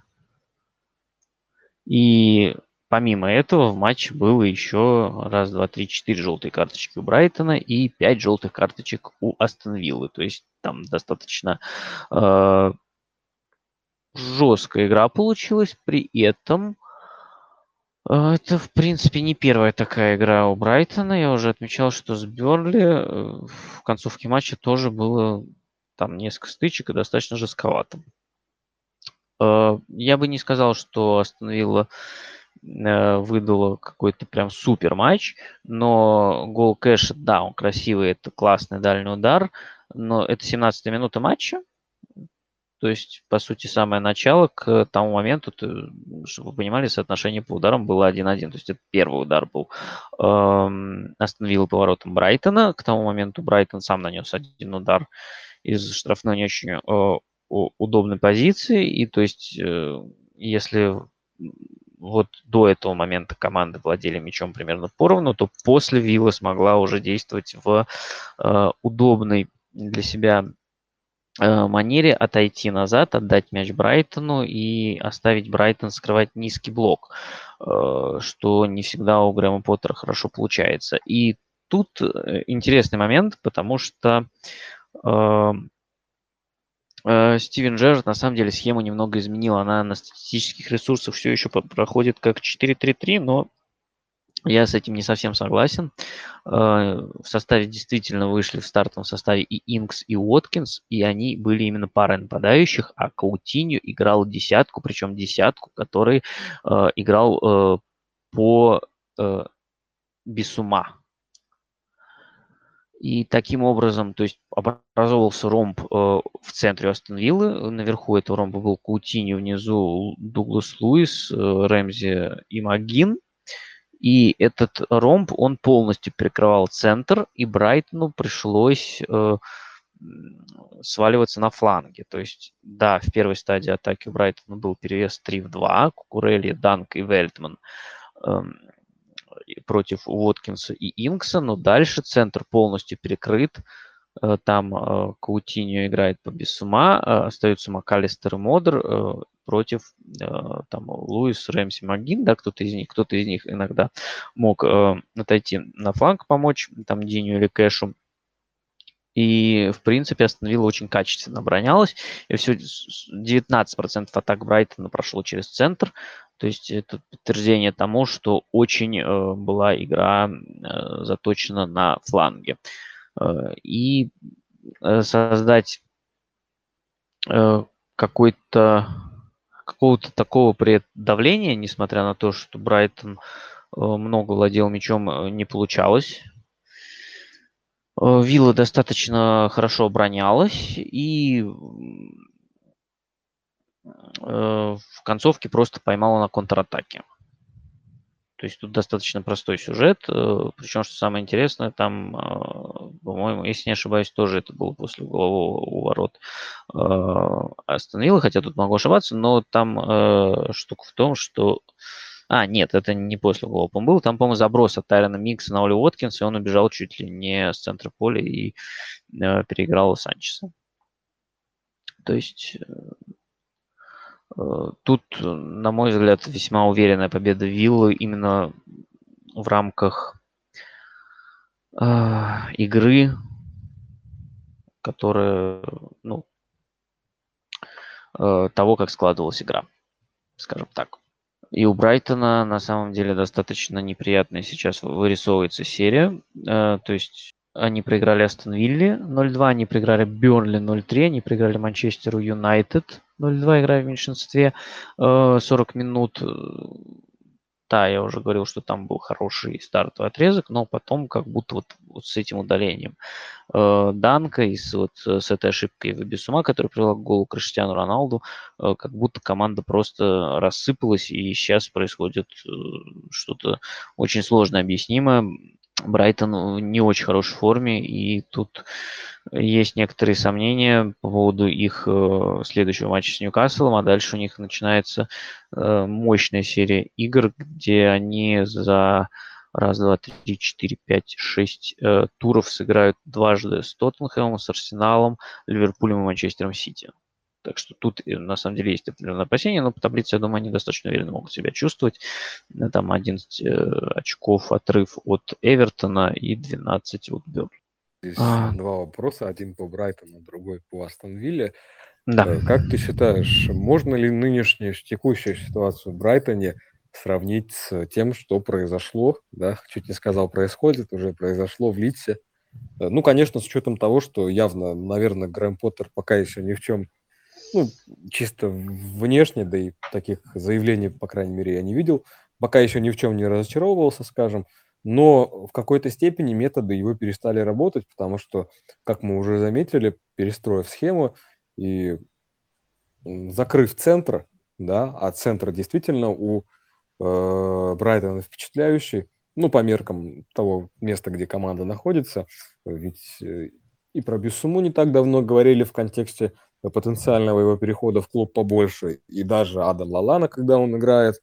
И помимо этого в матче было еще 1, 2, 3, 4 желтые карточки у Брайтона и 5 желтых карточек у Астон Виллы. То есть там достаточно жесткая игра получилась. При этом это, в принципе, не первая такая игра у Брайтона. Я уже отмечал, что с Бёрнли в концовке матча тоже было там несколько стычек и достаточно жестковато. Я бы не сказал, что Астон Вилла выдала какой-то прям супер матч, но гол Кэша, да, он красивый, это классный дальний удар, но это 17-я минута матча. То есть, по сути, самое начало к тому моменту, чтобы вы понимали, соотношение по ударам было 1-1. То есть это первый удар был Астон Вилла поворотом Брайтона. К тому моменту Брайтон сам нанес один удар из штрафной не очень удобной позиции. И то есть, если вот до этого момента команды владели мячом примерно поровну, то после Вилла смогла уже действовать в удобной для себя манере отойти назад, отдать мяч Брайтону и оставить Брайтон скрывать низкий блок, что не всегда у Грэма Поттера хорошо получается. И тут интересный момент, потому что Стивен Джерард на самом деле схему немного изменил. Она на статистических ресурсах все еще проходит как 4-3-3, но я с этим не совсем согласен. В составе действительно вышли в стартовом составе и Инкс, и Уоткинс, и они были именно парой нападающих, а Каутиньо играл десятку, причем десятку, который играл по Бисума. И таким образом, то есть образовался ромб в центре Астон Виллы. Наверху этого ромба был Каутиньо, внизу Дуглас Луис, Рэмзи и Магин. И этот ромб, он полностью перекрывал центр, и Брайтону пришлось сваливаться на фланге. То есть, да, в первой стадии атаки у Брайтона был перевес 3-2, Кукурелли, Данк и Вельтман против Уоткинса и Инкса, но дальше центр полностью перекрыт. Там Каутиньо играет по Бисума, остаются МакАлистер и Модер против там Луис, Рэмси, Магин, да, кто-то из них иногда мог отойти на фланг, помочь там Диню или Кэшу. И, в принципе, Астон Вилла очень качественно оборонялась. И все 19% атак Брайтона прошло через центр. То есть это подтверждение тому, что очень была игра заточена на фланге. И создать какого-то такого давления, несмотря на то, что Брайтон много владел мячом, не получалось. Вилла достаточно хорошо оборонялась и в концовке просто поймала на контратаке. То есть тут достаточно простой сюжет, причем, что самое интересное, там, по-моему, если не ошибаюсь, тоже это было после углового у ворот Астон Виллы, хотя тут могу ошибаться, но там штука в том, что... нет, это не после углового, по-моему, был. Там, по-моему, заброс от Тайрона Микса на Оли Уоткинса, и он убежал чуть ли не с центра поля и переиграл Санчеса. То есть тут, на мой взгляд, весьма уверенная победа Виллы именно в рамках игры, которая, того, как складывалась игра, скажем так. И у Брайтона на самом деле достаточно неприятная сейчас вырисовывается серия. То есть они проиграли Астон Вилле 0-2, они проиграли Бёрнли 0-3, они проиграли Манчестеру Юнайтед 0-2, играя в меньшинстве 40 минут. Да, я уже говорил, что там был хороший стартовый отрезок, но потом как будто вот с этим удалением Данка и с этой ошибкой в Бисума, которая привела к голу Криштиану Роналду, как будто команда просто рассыпалась, и сейчас происходит что-то очень сложно объяснимое. Брайтон в не очень хорошей форме, и тут есть некоторые сомнения по поводу их следующего матча с Ньюкаслом, а дальше у них начинается мощная серия игр, где они за раз, два, три, четыре, пять, шесть туров сыграют дважды с Тоттенхэмом, с Арсеналом, Ливерпулем и Манчестером Сити. Так что тут на самом деле есть определенное опасение, но по таблице, я думаю, они достаточно уверенно могут себя чувствовать. Там 11 очков отрыв от Эвертона и 12 от Бёрнли. Здесь два вопроса, один по Брайтону, другой по Астон Вилле. Да. Как ты считаешь, можно ли нынешнюю текущую ситуацию в Брайтоне сравнить с тем, что произошло, да, чуть не сказал происходит, уже произошло в Лидсе? Ну, конечно, с учетом того, что явно, наверное, Грэм Поттер пока еще ни в чем, чисто внешне, да и таких заявлений, по крайней мере, я не видел, пока еще ни в чем не разочаровывался, скажем, но в какой-то степени методы его перестали работать, потому что, как мы уже заметили, перестроив схему и закрыв центр, да, а центр действительно у Брайтона впечатляющий, по меркам того места, где команда находится, ведь и про Бисуму не так давно говорили в контексте потенциального его перехода в клуб побольше, и даже Адам Лалана, когда он играет,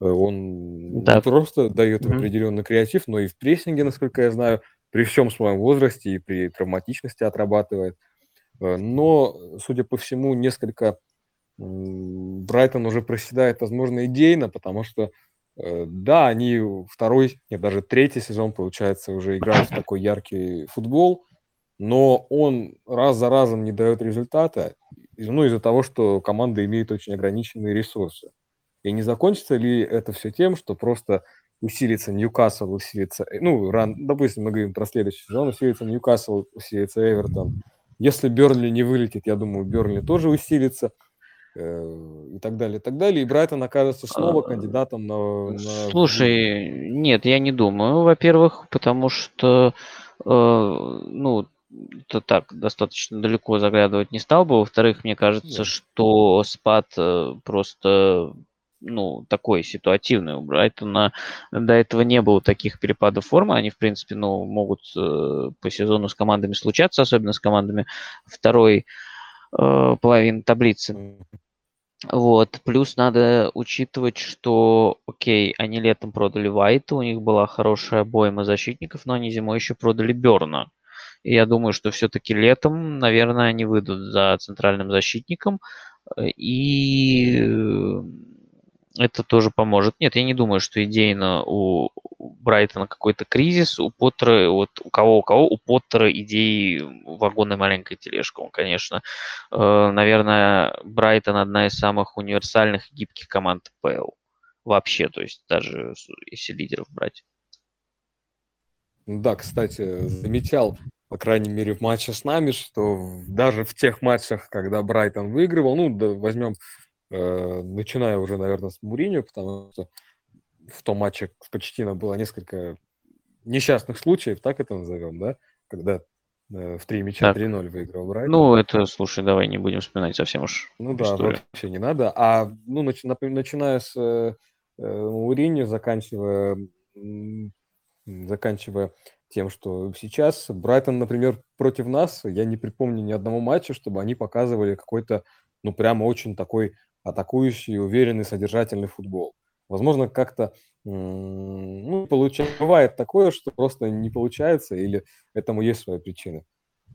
он Да. не просто дает определенный креатив, но и в прессинге, насколько я знаю, при всем своем возрасте и при травматичности отрабатывает. Но, судя по всему, несколько Брайтон уже проседает, возможно, идейно, потому что, да, они второй, нет, даже третий сезон, получается, уже играют в такой яркий футбол, но он раз за разом не дает результата, из-за того, что команда имеет очень ограниченные ресурсы. И не закончится ли это все тем, что просто усилится Ньюкасл, усилится, допустим, мы говорим про следующий сезон, усилится Ньюкасл, усилится Эвертон. Если Бёрнли не вылетит, я думаю, Бёрнли тоже усилится, и так далее, и так далее. И Брайтон окажется снова кандидатом на... Слушай, нет, я не думаю. Во-первых, потому что, это так, достаточно далеко заглядывать не стал бы. Во-вторых, мне кажется, что спад просто, такой ситуативный у Брайтона. До этого не было таких перепадов формы. Они, в принципе, могут по сезону с командами случаться, особенно с командами второй половины таблицы. Вот, плюс надо учитывать, что, окей, они летом продали Вайта, у них была хорошая обойма защитников, но они зимой еще продали Берна. И я думаю, что все-таки летом, наверное, они выйдут за центральным защитником, и это тоже поможет. Нет, я не думаю, что идейно у Брайтона какой-то кризис, у Поттера, вот у кого, у Поттера идеи вагонной маленькой тележка. Он, конечно, наверное, Брайтон одна из самых универсальных и гибких команд ПЛ. Вообще, то есть даже если лидеров брать. Да, кстати, замечал, по крайней мере, в матче с нами, что даже в тех матчах, когда Брайтон выигрывал, возьмем, начиная уже, наверное, с Муриньо, потому что в том матче с Почеттино было несколько несчастных случаев, так это назовем, да, когда В 3 мяча Так. 3-0 выиграл Брайтон. Ну, это, слушай, давай не будем вспоминать совсем уж Ну да, историю. вообще не надо. А ну, начиная с Мourinho, заканчивая тем, что сейчас Брайтон, например, против нас, я не припомню ни одного матча, чтобы они показывали какой-то, ну, прямо очень такой атакующий, уверенный, содержательный футбол. Возможно, как-то ну, бывает такое, что просто не получается, или этому есть своя причина.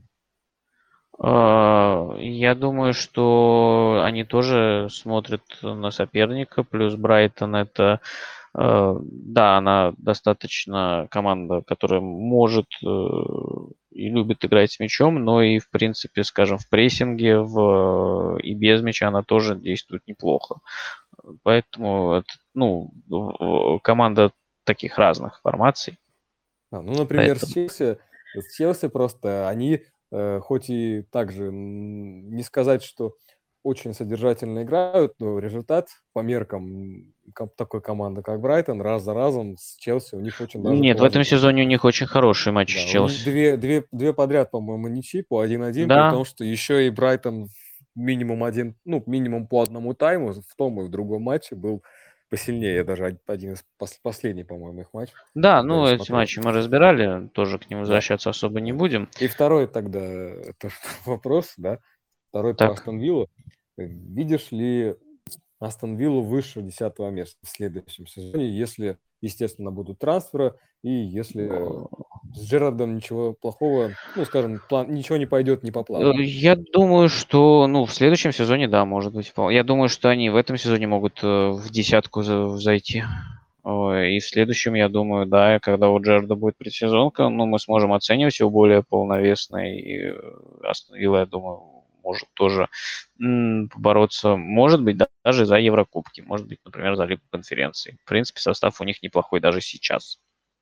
Я думаю, что они тоже смотрят на соперника, плюс Брайтон это, да, она достаточно команда, которая может и любит играть с мячом, но и, в принципе, скажем, в прессинге и без мяча она тоже действует неплохо. Поэтому, ну, команда таких разных формаций. Ну, например, Поэтому... с Челси просто они, хоть и также не сказать, что очень содержательно играют, но результат по меркам такой команды, как Брайтон, раз за разом с Челси у них очень даже Нет, в этом положительно. сезоне у них очень хороший матч с Да, у них Челси. две подряд, по-моему, ничьи по 1-1, при Да, том, что еще и Брайтон минимум по одному тайму в том и в другом матче был посильнее. Даже один из последних, по-моему, их матчей. да, Даже ну эти смотрел. матчи мы разбирали, тоже к ним Да. возвращаться особо не Да. будем. И второй тогда это вопрос, да, второй про Так, Астон Виллу. Видишь ли Астон Виллу выше 10-го места в следующем сезоне, если, естественно, будут трансферы, и если с Джерардом ничего плохого, ну, скажем, ничего не пойдет не по плану? я думаю, что, ну, в следующем сезоне, да, может быть. Я думаю, что они в этом сезоне могут в десятку зайти. И в следующем, я думаю, да, когда у Джерарда будет предсезонка, ну, мы сможем оценивать его более полновесно. И Астон Вилла, я думаю, может тоже побороться, может быть, даже за Еврокубки, может быть, например, за Лигу конференций. В принципе, состав у них неплохой даже сейчас.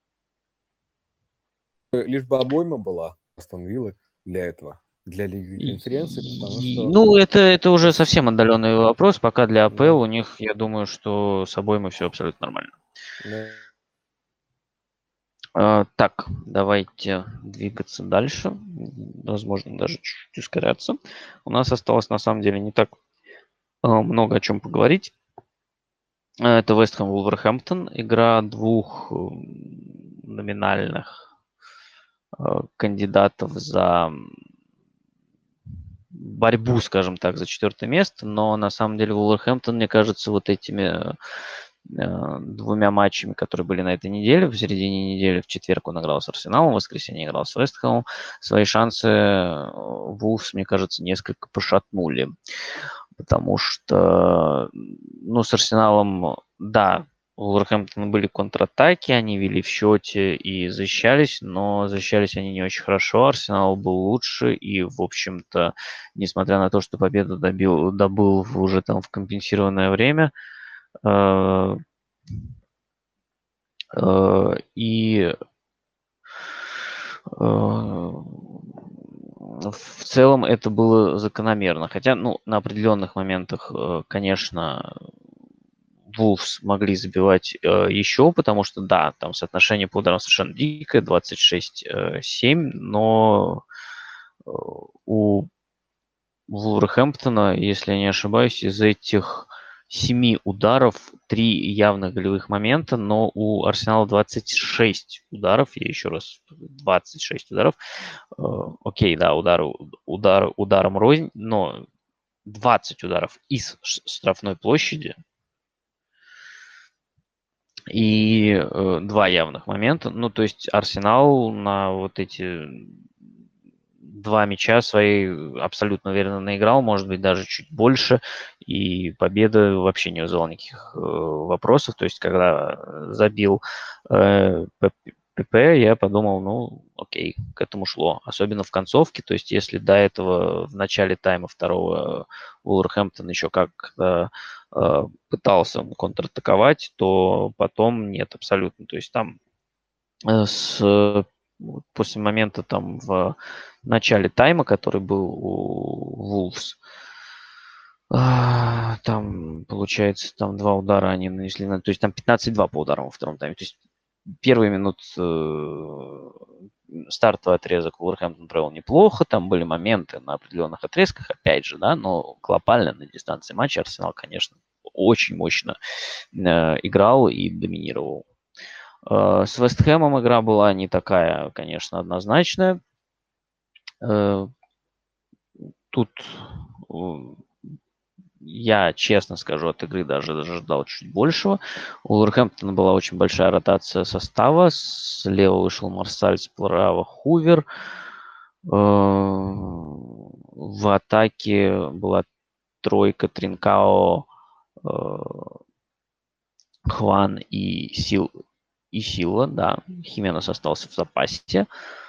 Лишь бы обойма была Астон Виллы для этого, для Лиги конференции, потому что... Ну, это уже совсем отдаленный вопрос. Пока для АПЛ Ну, у них, я думаю, что с обоим все абсолютно нормально. да. Так, давайте двигаться дальше. Возможно, даже чуть-чуть ускоряться. У нас осталось, на самом деле, не так много о чем поговорить. Это Вест Хэм Вулверхэмптон. Игра двух номинальных кандидатов за борьбу, скажем так, за 4-е место. Но на самом деле Вулверхэмптон, мне кажется, вот этими двумя матчами, которые были на этой неделе, в середине недели, в четверг он играл с Арсеналом, в воскресенье играл с Вест Хэмом, свои шансы Вулфс, мне кажется, несколько пошатнули. Потому что, ну, с Арсеналом, да, у Вулверхэмптона были контратаки, они вели в счете и защищались, но защищались они не очень хорошо. Арсенал был лучше, и, в общем-то, несмотря на то, что победу добыл уже там в компенсированное время, и в целом это было закономерно. Хотя, ну, на определенных моментах, конечно, Wolves могли забивать еще, потому что, да, там соотношение по ударам совершенно дикое, 26-7, но у Вулверхэмптона, если я не ошибаюсь, из этих 7 ударов 3 явных голевых момента, но у Арсенала 26 ударов, я еще раз, 26 ударов. Окей, да, ударом рознь, но 20 ударов из штрафной площади и 2 явных момента. Ну, то есть Арсенал на вот эти 2 мяча свои абсолютно уверенно наиграл, может быть, даже чуть больше, и победа вообще не вызывала никаких вопросов. То есть, когда забил ПП, я подумал, ну, окей, к этому шло. Особенно в концовке, то есть, если до этого в начале тайма второго Вулверхэмптон еще как-то пытался контратаковать, то потом нет, абсолютно. То есть, там после момента там в начале тайма, который был у Wolves, там, получается, там 2 удара они нанесли, то есть там 15-2 по ударам во втором тайме. То есть первые минут стартовый отрезок Вулверхэмптон провел неплохо, там были моменты на определенных отрезках, опять же, да, но глобально на дистанции матча Арсенал, конечно, очень мощно играл и доминировал. С Вест Хэмом игра была не такая, конечно, однозначная. Тут я, честно скажу, от игры даже ждал чуть большего. У Вулверхэмптона была очень большая ротация состава. Слева вышел Марсаль, справа Хувер. В атаке была тройка Тринкао, Хван и Сила, да. Хименес остался в запасе.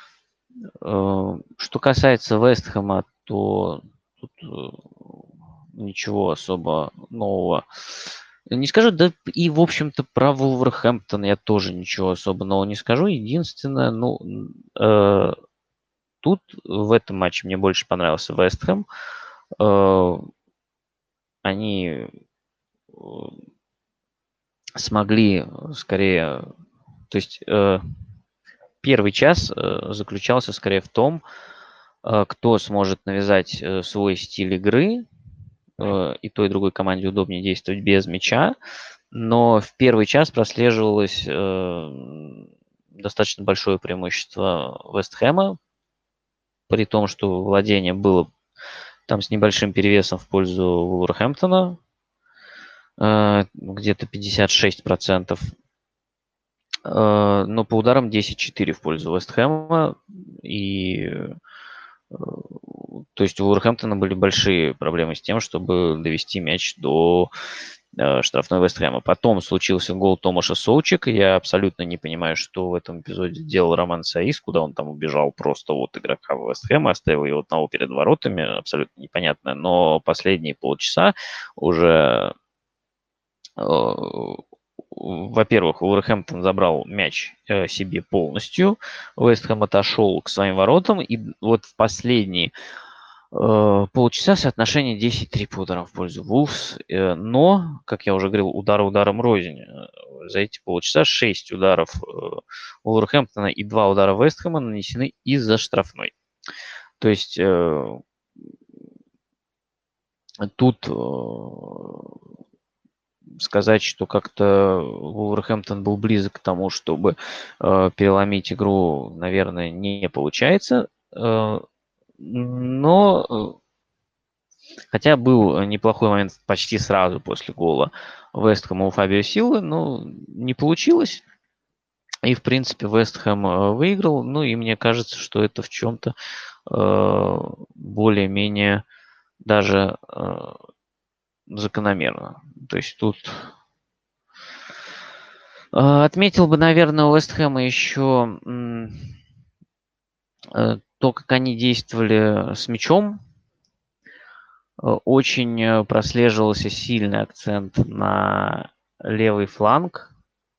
Что касается Вест Хэма, то тут ничего особо нового не скажу. Да и, в общем-то, про Вулверхэмптон я тоже ничего особо нового не скажу. Единственное, тут в этом матче мне больше понравился Вест Хэм. Они смогли скорее... То есть первый час заключался скорее в том, кто сможет навязать свой стиль игры, и той, и другой команде удобнее действовать без мяча. Но в первый час прослеживалось достаточно большое преимущество Вест Хэма, при том, что владение было там с небольшим перевесом в пользу Вулверхэмптона, где-то 56%. Но по ударам 10-4 в пользу Вест Хэма. И то есть у Вулверхэмптона были большие проблемы с тем, чтобы довести мяч до штрафной Вест Хэма. Потом случился гол Томаша Соучика. Я абсолютно не понимаю, что в этом эпизоде делал Роман Саис, куда он там убежал просто от игрока Вест Хэма, оставил его одного перед воротами, абсолютно непонятно. Но последние полчаса уже... Во-первых, Вулверхэмптон забрал мяч себе полностью, Вест Хэм отошел к своим воротам, и вот в последние полчаса соотношение 10-3 по ударам в пользу Вулвс, но, как я уже говорил, удар ударом рознь. За эти полчаса 6 ударов Вулверхэмптона и 2 удара Вест Хэма нанесены из-за штрафной. То есть тут сказать, что как-то Вулверхэмптон был близок к тому, чтобы переломить игру, наверное, не получается. Но хотя был неплохой момент почти сразу после гола Вест Хэма у Фабио Силвы, но не получилось. И, в принципе, Вест Хэм выиграл. Ну, и мне кажется, что это в чем-то более-менее даже закономерно. То есть тут отметил бы, наверное, у Вест Хэма еще то, как они действовали с мячом. Очень прослеживался сильный акцент на левый фланг.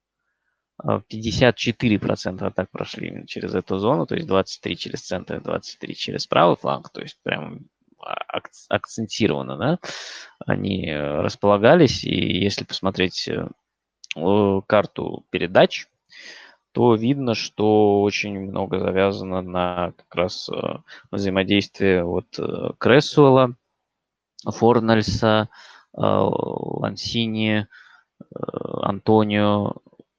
54% атак прошли именно через эту зону, то есть 23 через центр, 23 через правый фланг, то есть прям акцентированно, да, они располагались, и если посмотреть карту передач, то видно, что очень много завязано на как раз взаимодействие вот Крессуэлла, Форнальса, Лансини, Антонио,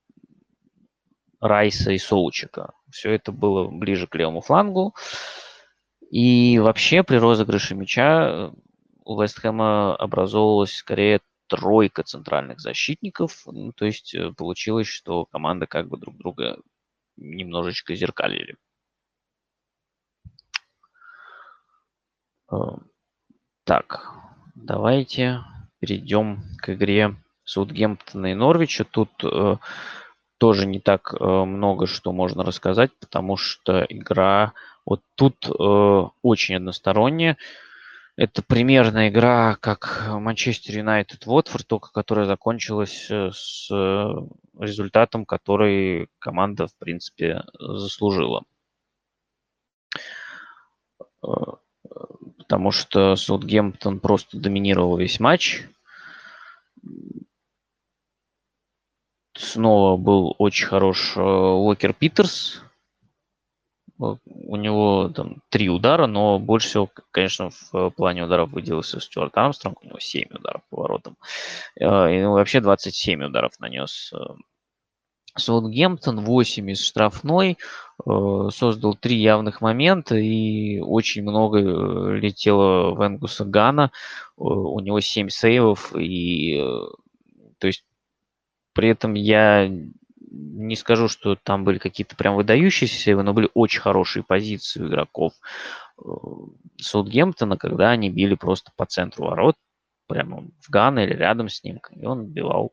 Райса и Соучика. Все это было ближе к левому флангу. И вообще при розыгрыше мяча у Вест Хэма образовалась скорее тройка центральных защитников. Ну, то есть получилось, что команды как бы друг друга немножечко зеркалили. Так, давайте перейдем к игре Саутгемптона и Норвича. Тут тоже не так много что можно рассказать, потому что игра вот тут очень односторонняя. Это примерно игра, как Манчестер Юнайтед Уотфорд, только которая закончилась с результатом, который команда, в принципе, заслужила. Потому что Саутгемптон просто доминировал весь матч. Снова был очень хорош Уокер Питерс. У него там 3 удара, но больше всего, конечно, в плане ударов выделился Стюарт Армстронг. У него 7 ударов по воротам. И вообще 27 ударов нанес Саутгемптон, 8 из штрафной, создал 3 явных момента, и очень много летело в Энгуса Гана. У него 7 сейвов, и то есть при этом я не скажу, что там были какие-то прям выдающиеся сейвы, но были очень хорошие позиции у игроков Саутгемптона, когда они били просто по центру ворот, прямо в Гана или рядом с ним, и он отбивал.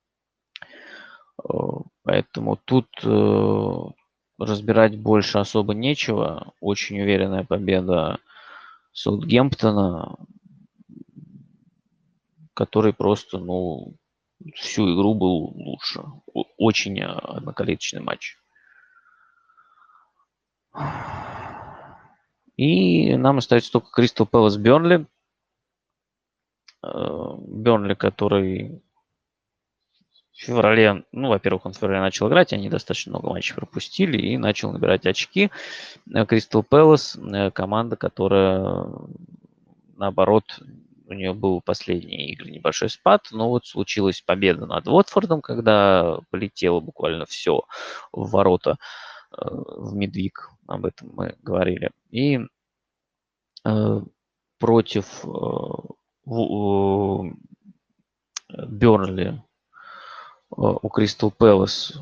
Поэтому тут разбирать больше особо нечего. Очень уверенная победа Саутгемптона, который просто, всю игру был лучше. Очень одноколичный матч. И нам остается только Кристал Пэлас Бернли. Бернли, который в феврале, во-первых, он в феврале начал играть, они достаточно много матчей пропустили и начал набирать очки. Кристал Пэлас команда, которая, наоборот, у нее был последние игры небольшой спад, но вот случилась победа над Уотфордом, когда полетело буквально все в ворота в Мидвик, об этом мы говорили. И против Бернли у Кристал Пэлас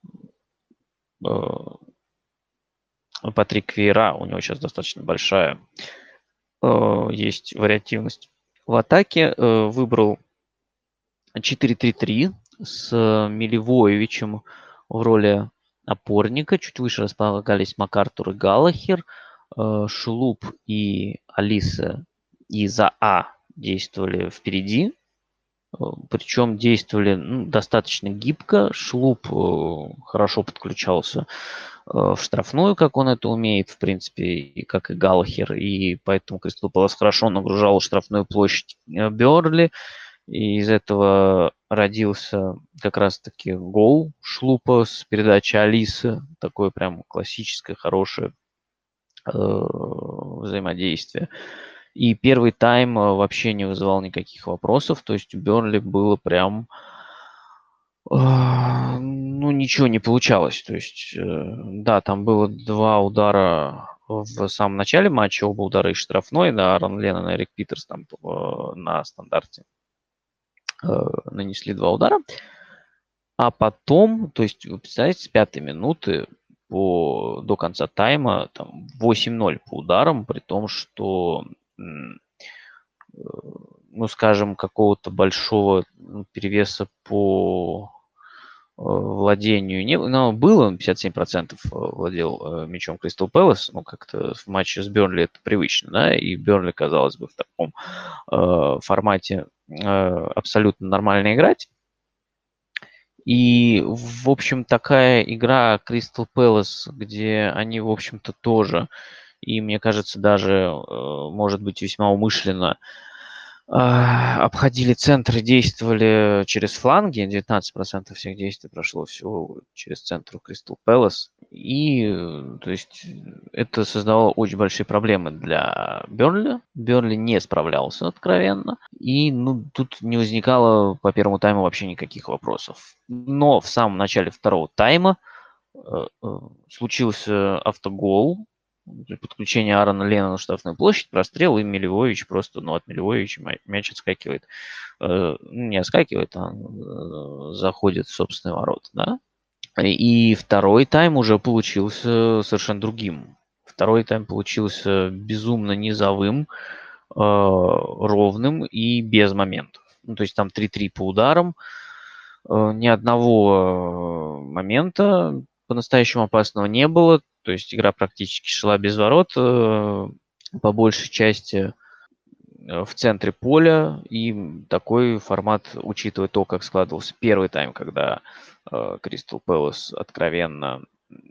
Патрик Вейра, у него сейчас достаточно большая есть вариативность в атаке. Выбрал 4-3-3 с Милевоевичем в роли опорника. Чуть выше располагались МакАртур и Галлахер. Шлуп и Алиса и Заа действовали впереди. Причем действовали достаточно гибко. Шлуп хорошо подключался в штрафную, как он это умеет, в принципе, и как и Галлахер. И поэтому Кристал Пэлас хорошо нагружал штрафную площадь Бернли. И из этого родился как раз-таки гол Шлупа с передачи Алисы. Такое прям классическое, хорошее взаимодействие. И первый тайм вообще не вызывал никаких вопросов. То есть у Бернли было прям... ничего не получалось. То есть, да, там было 2 удара в самом начале матча, оба удара из штрафной, да, Аарон Леннон и Эрик Питерс там на стандарте нанесли 2 удара. А потом, то есть, вы представляете, с 5-й минуты до конца тайма там 8-0 по ударам, при том, что, скажем, какого-то большого перевеса по владению не было. Было, он 57% владел мячом Кристал Пэлас, как-то в матче с Бернли это привычно, да, и Бернли, казалось бы, в таком формате абсолютно нормально играть. И, в общем, такая игра Кристал Пэлас, где они, в общем-то, тоже, и, мне кажется, даже, может быть, весьма умышленно обходили центр и действовали через фланги. 19% всех действий прошло всего через центр у Кристал Пэлас. И, то есть, это создавало очень большие проблемы для Бернли. Бернли не справлялся откровенно. И, тут не возникало по первому тайму вообще никаких вопросов. Но в самом начале второго тайма случился автогол. Подключение Аарона Леннона на штрафную площадь, прострел, и Милевоевич просто, от Милевоевича мяч отскакивает. Не отскакивает, а заходит в собственные ворота, да. И второй тайм уже получился совершенно другим. Второй тайм получился безумно низовым, ровным и без моментов. То есть там 3-3 по ударам, ни одного момента по-настоящему опасного не было. То есть игра практически шла без ворот, по большей части в центре поля. И такой формат, учитывая то, как складывался первый тайм, когда Кристал Пэлас откровенно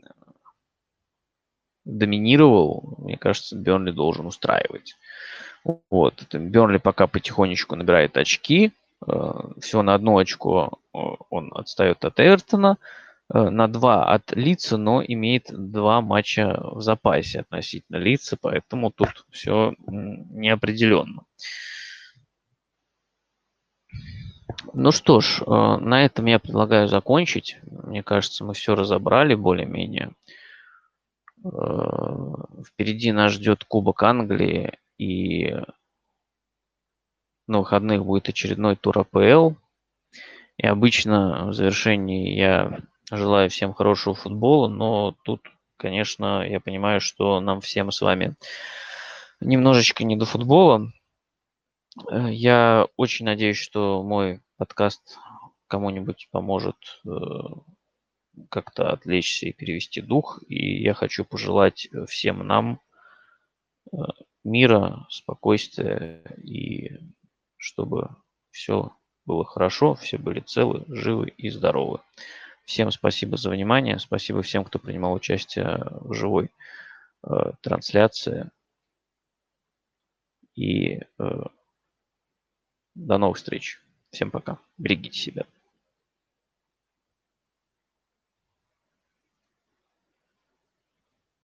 доминировал, мне кажется, Бернли должен устраивать. Вот. Бернли пока потихонечку набирает очки. Всего на 1 очко он отстает от Эвертона. на 2 от Лидса, но имеет 2 матча в запасе относительно Лидса, поэтому тут все неопределенно. Ну что ж, на этом я предлагаю закончить. Мне кажется, мы все разобрали более-менее. Впереди нас ждет Кубок Англии, и на выходных будет очередной тур АПЛ. И обычно в завершении я желаю всем хорошего футбола, но тут, конечно, я понимаю, что нам всем с вами немножечко не до футбола. Я очень надеюсь, что мой подкаст кому-нибудь поможет как-то отвлечься и перевести дух. И я хочу пожелать всем нам мира, спокойствия и чтобы все было хорошо, все были целы, живы и здоровы. Всем спасибо за внимание, спасибо всем, кто принимал участие в живой трансляции. И до новых встреч. Всем пока. Берегите себя.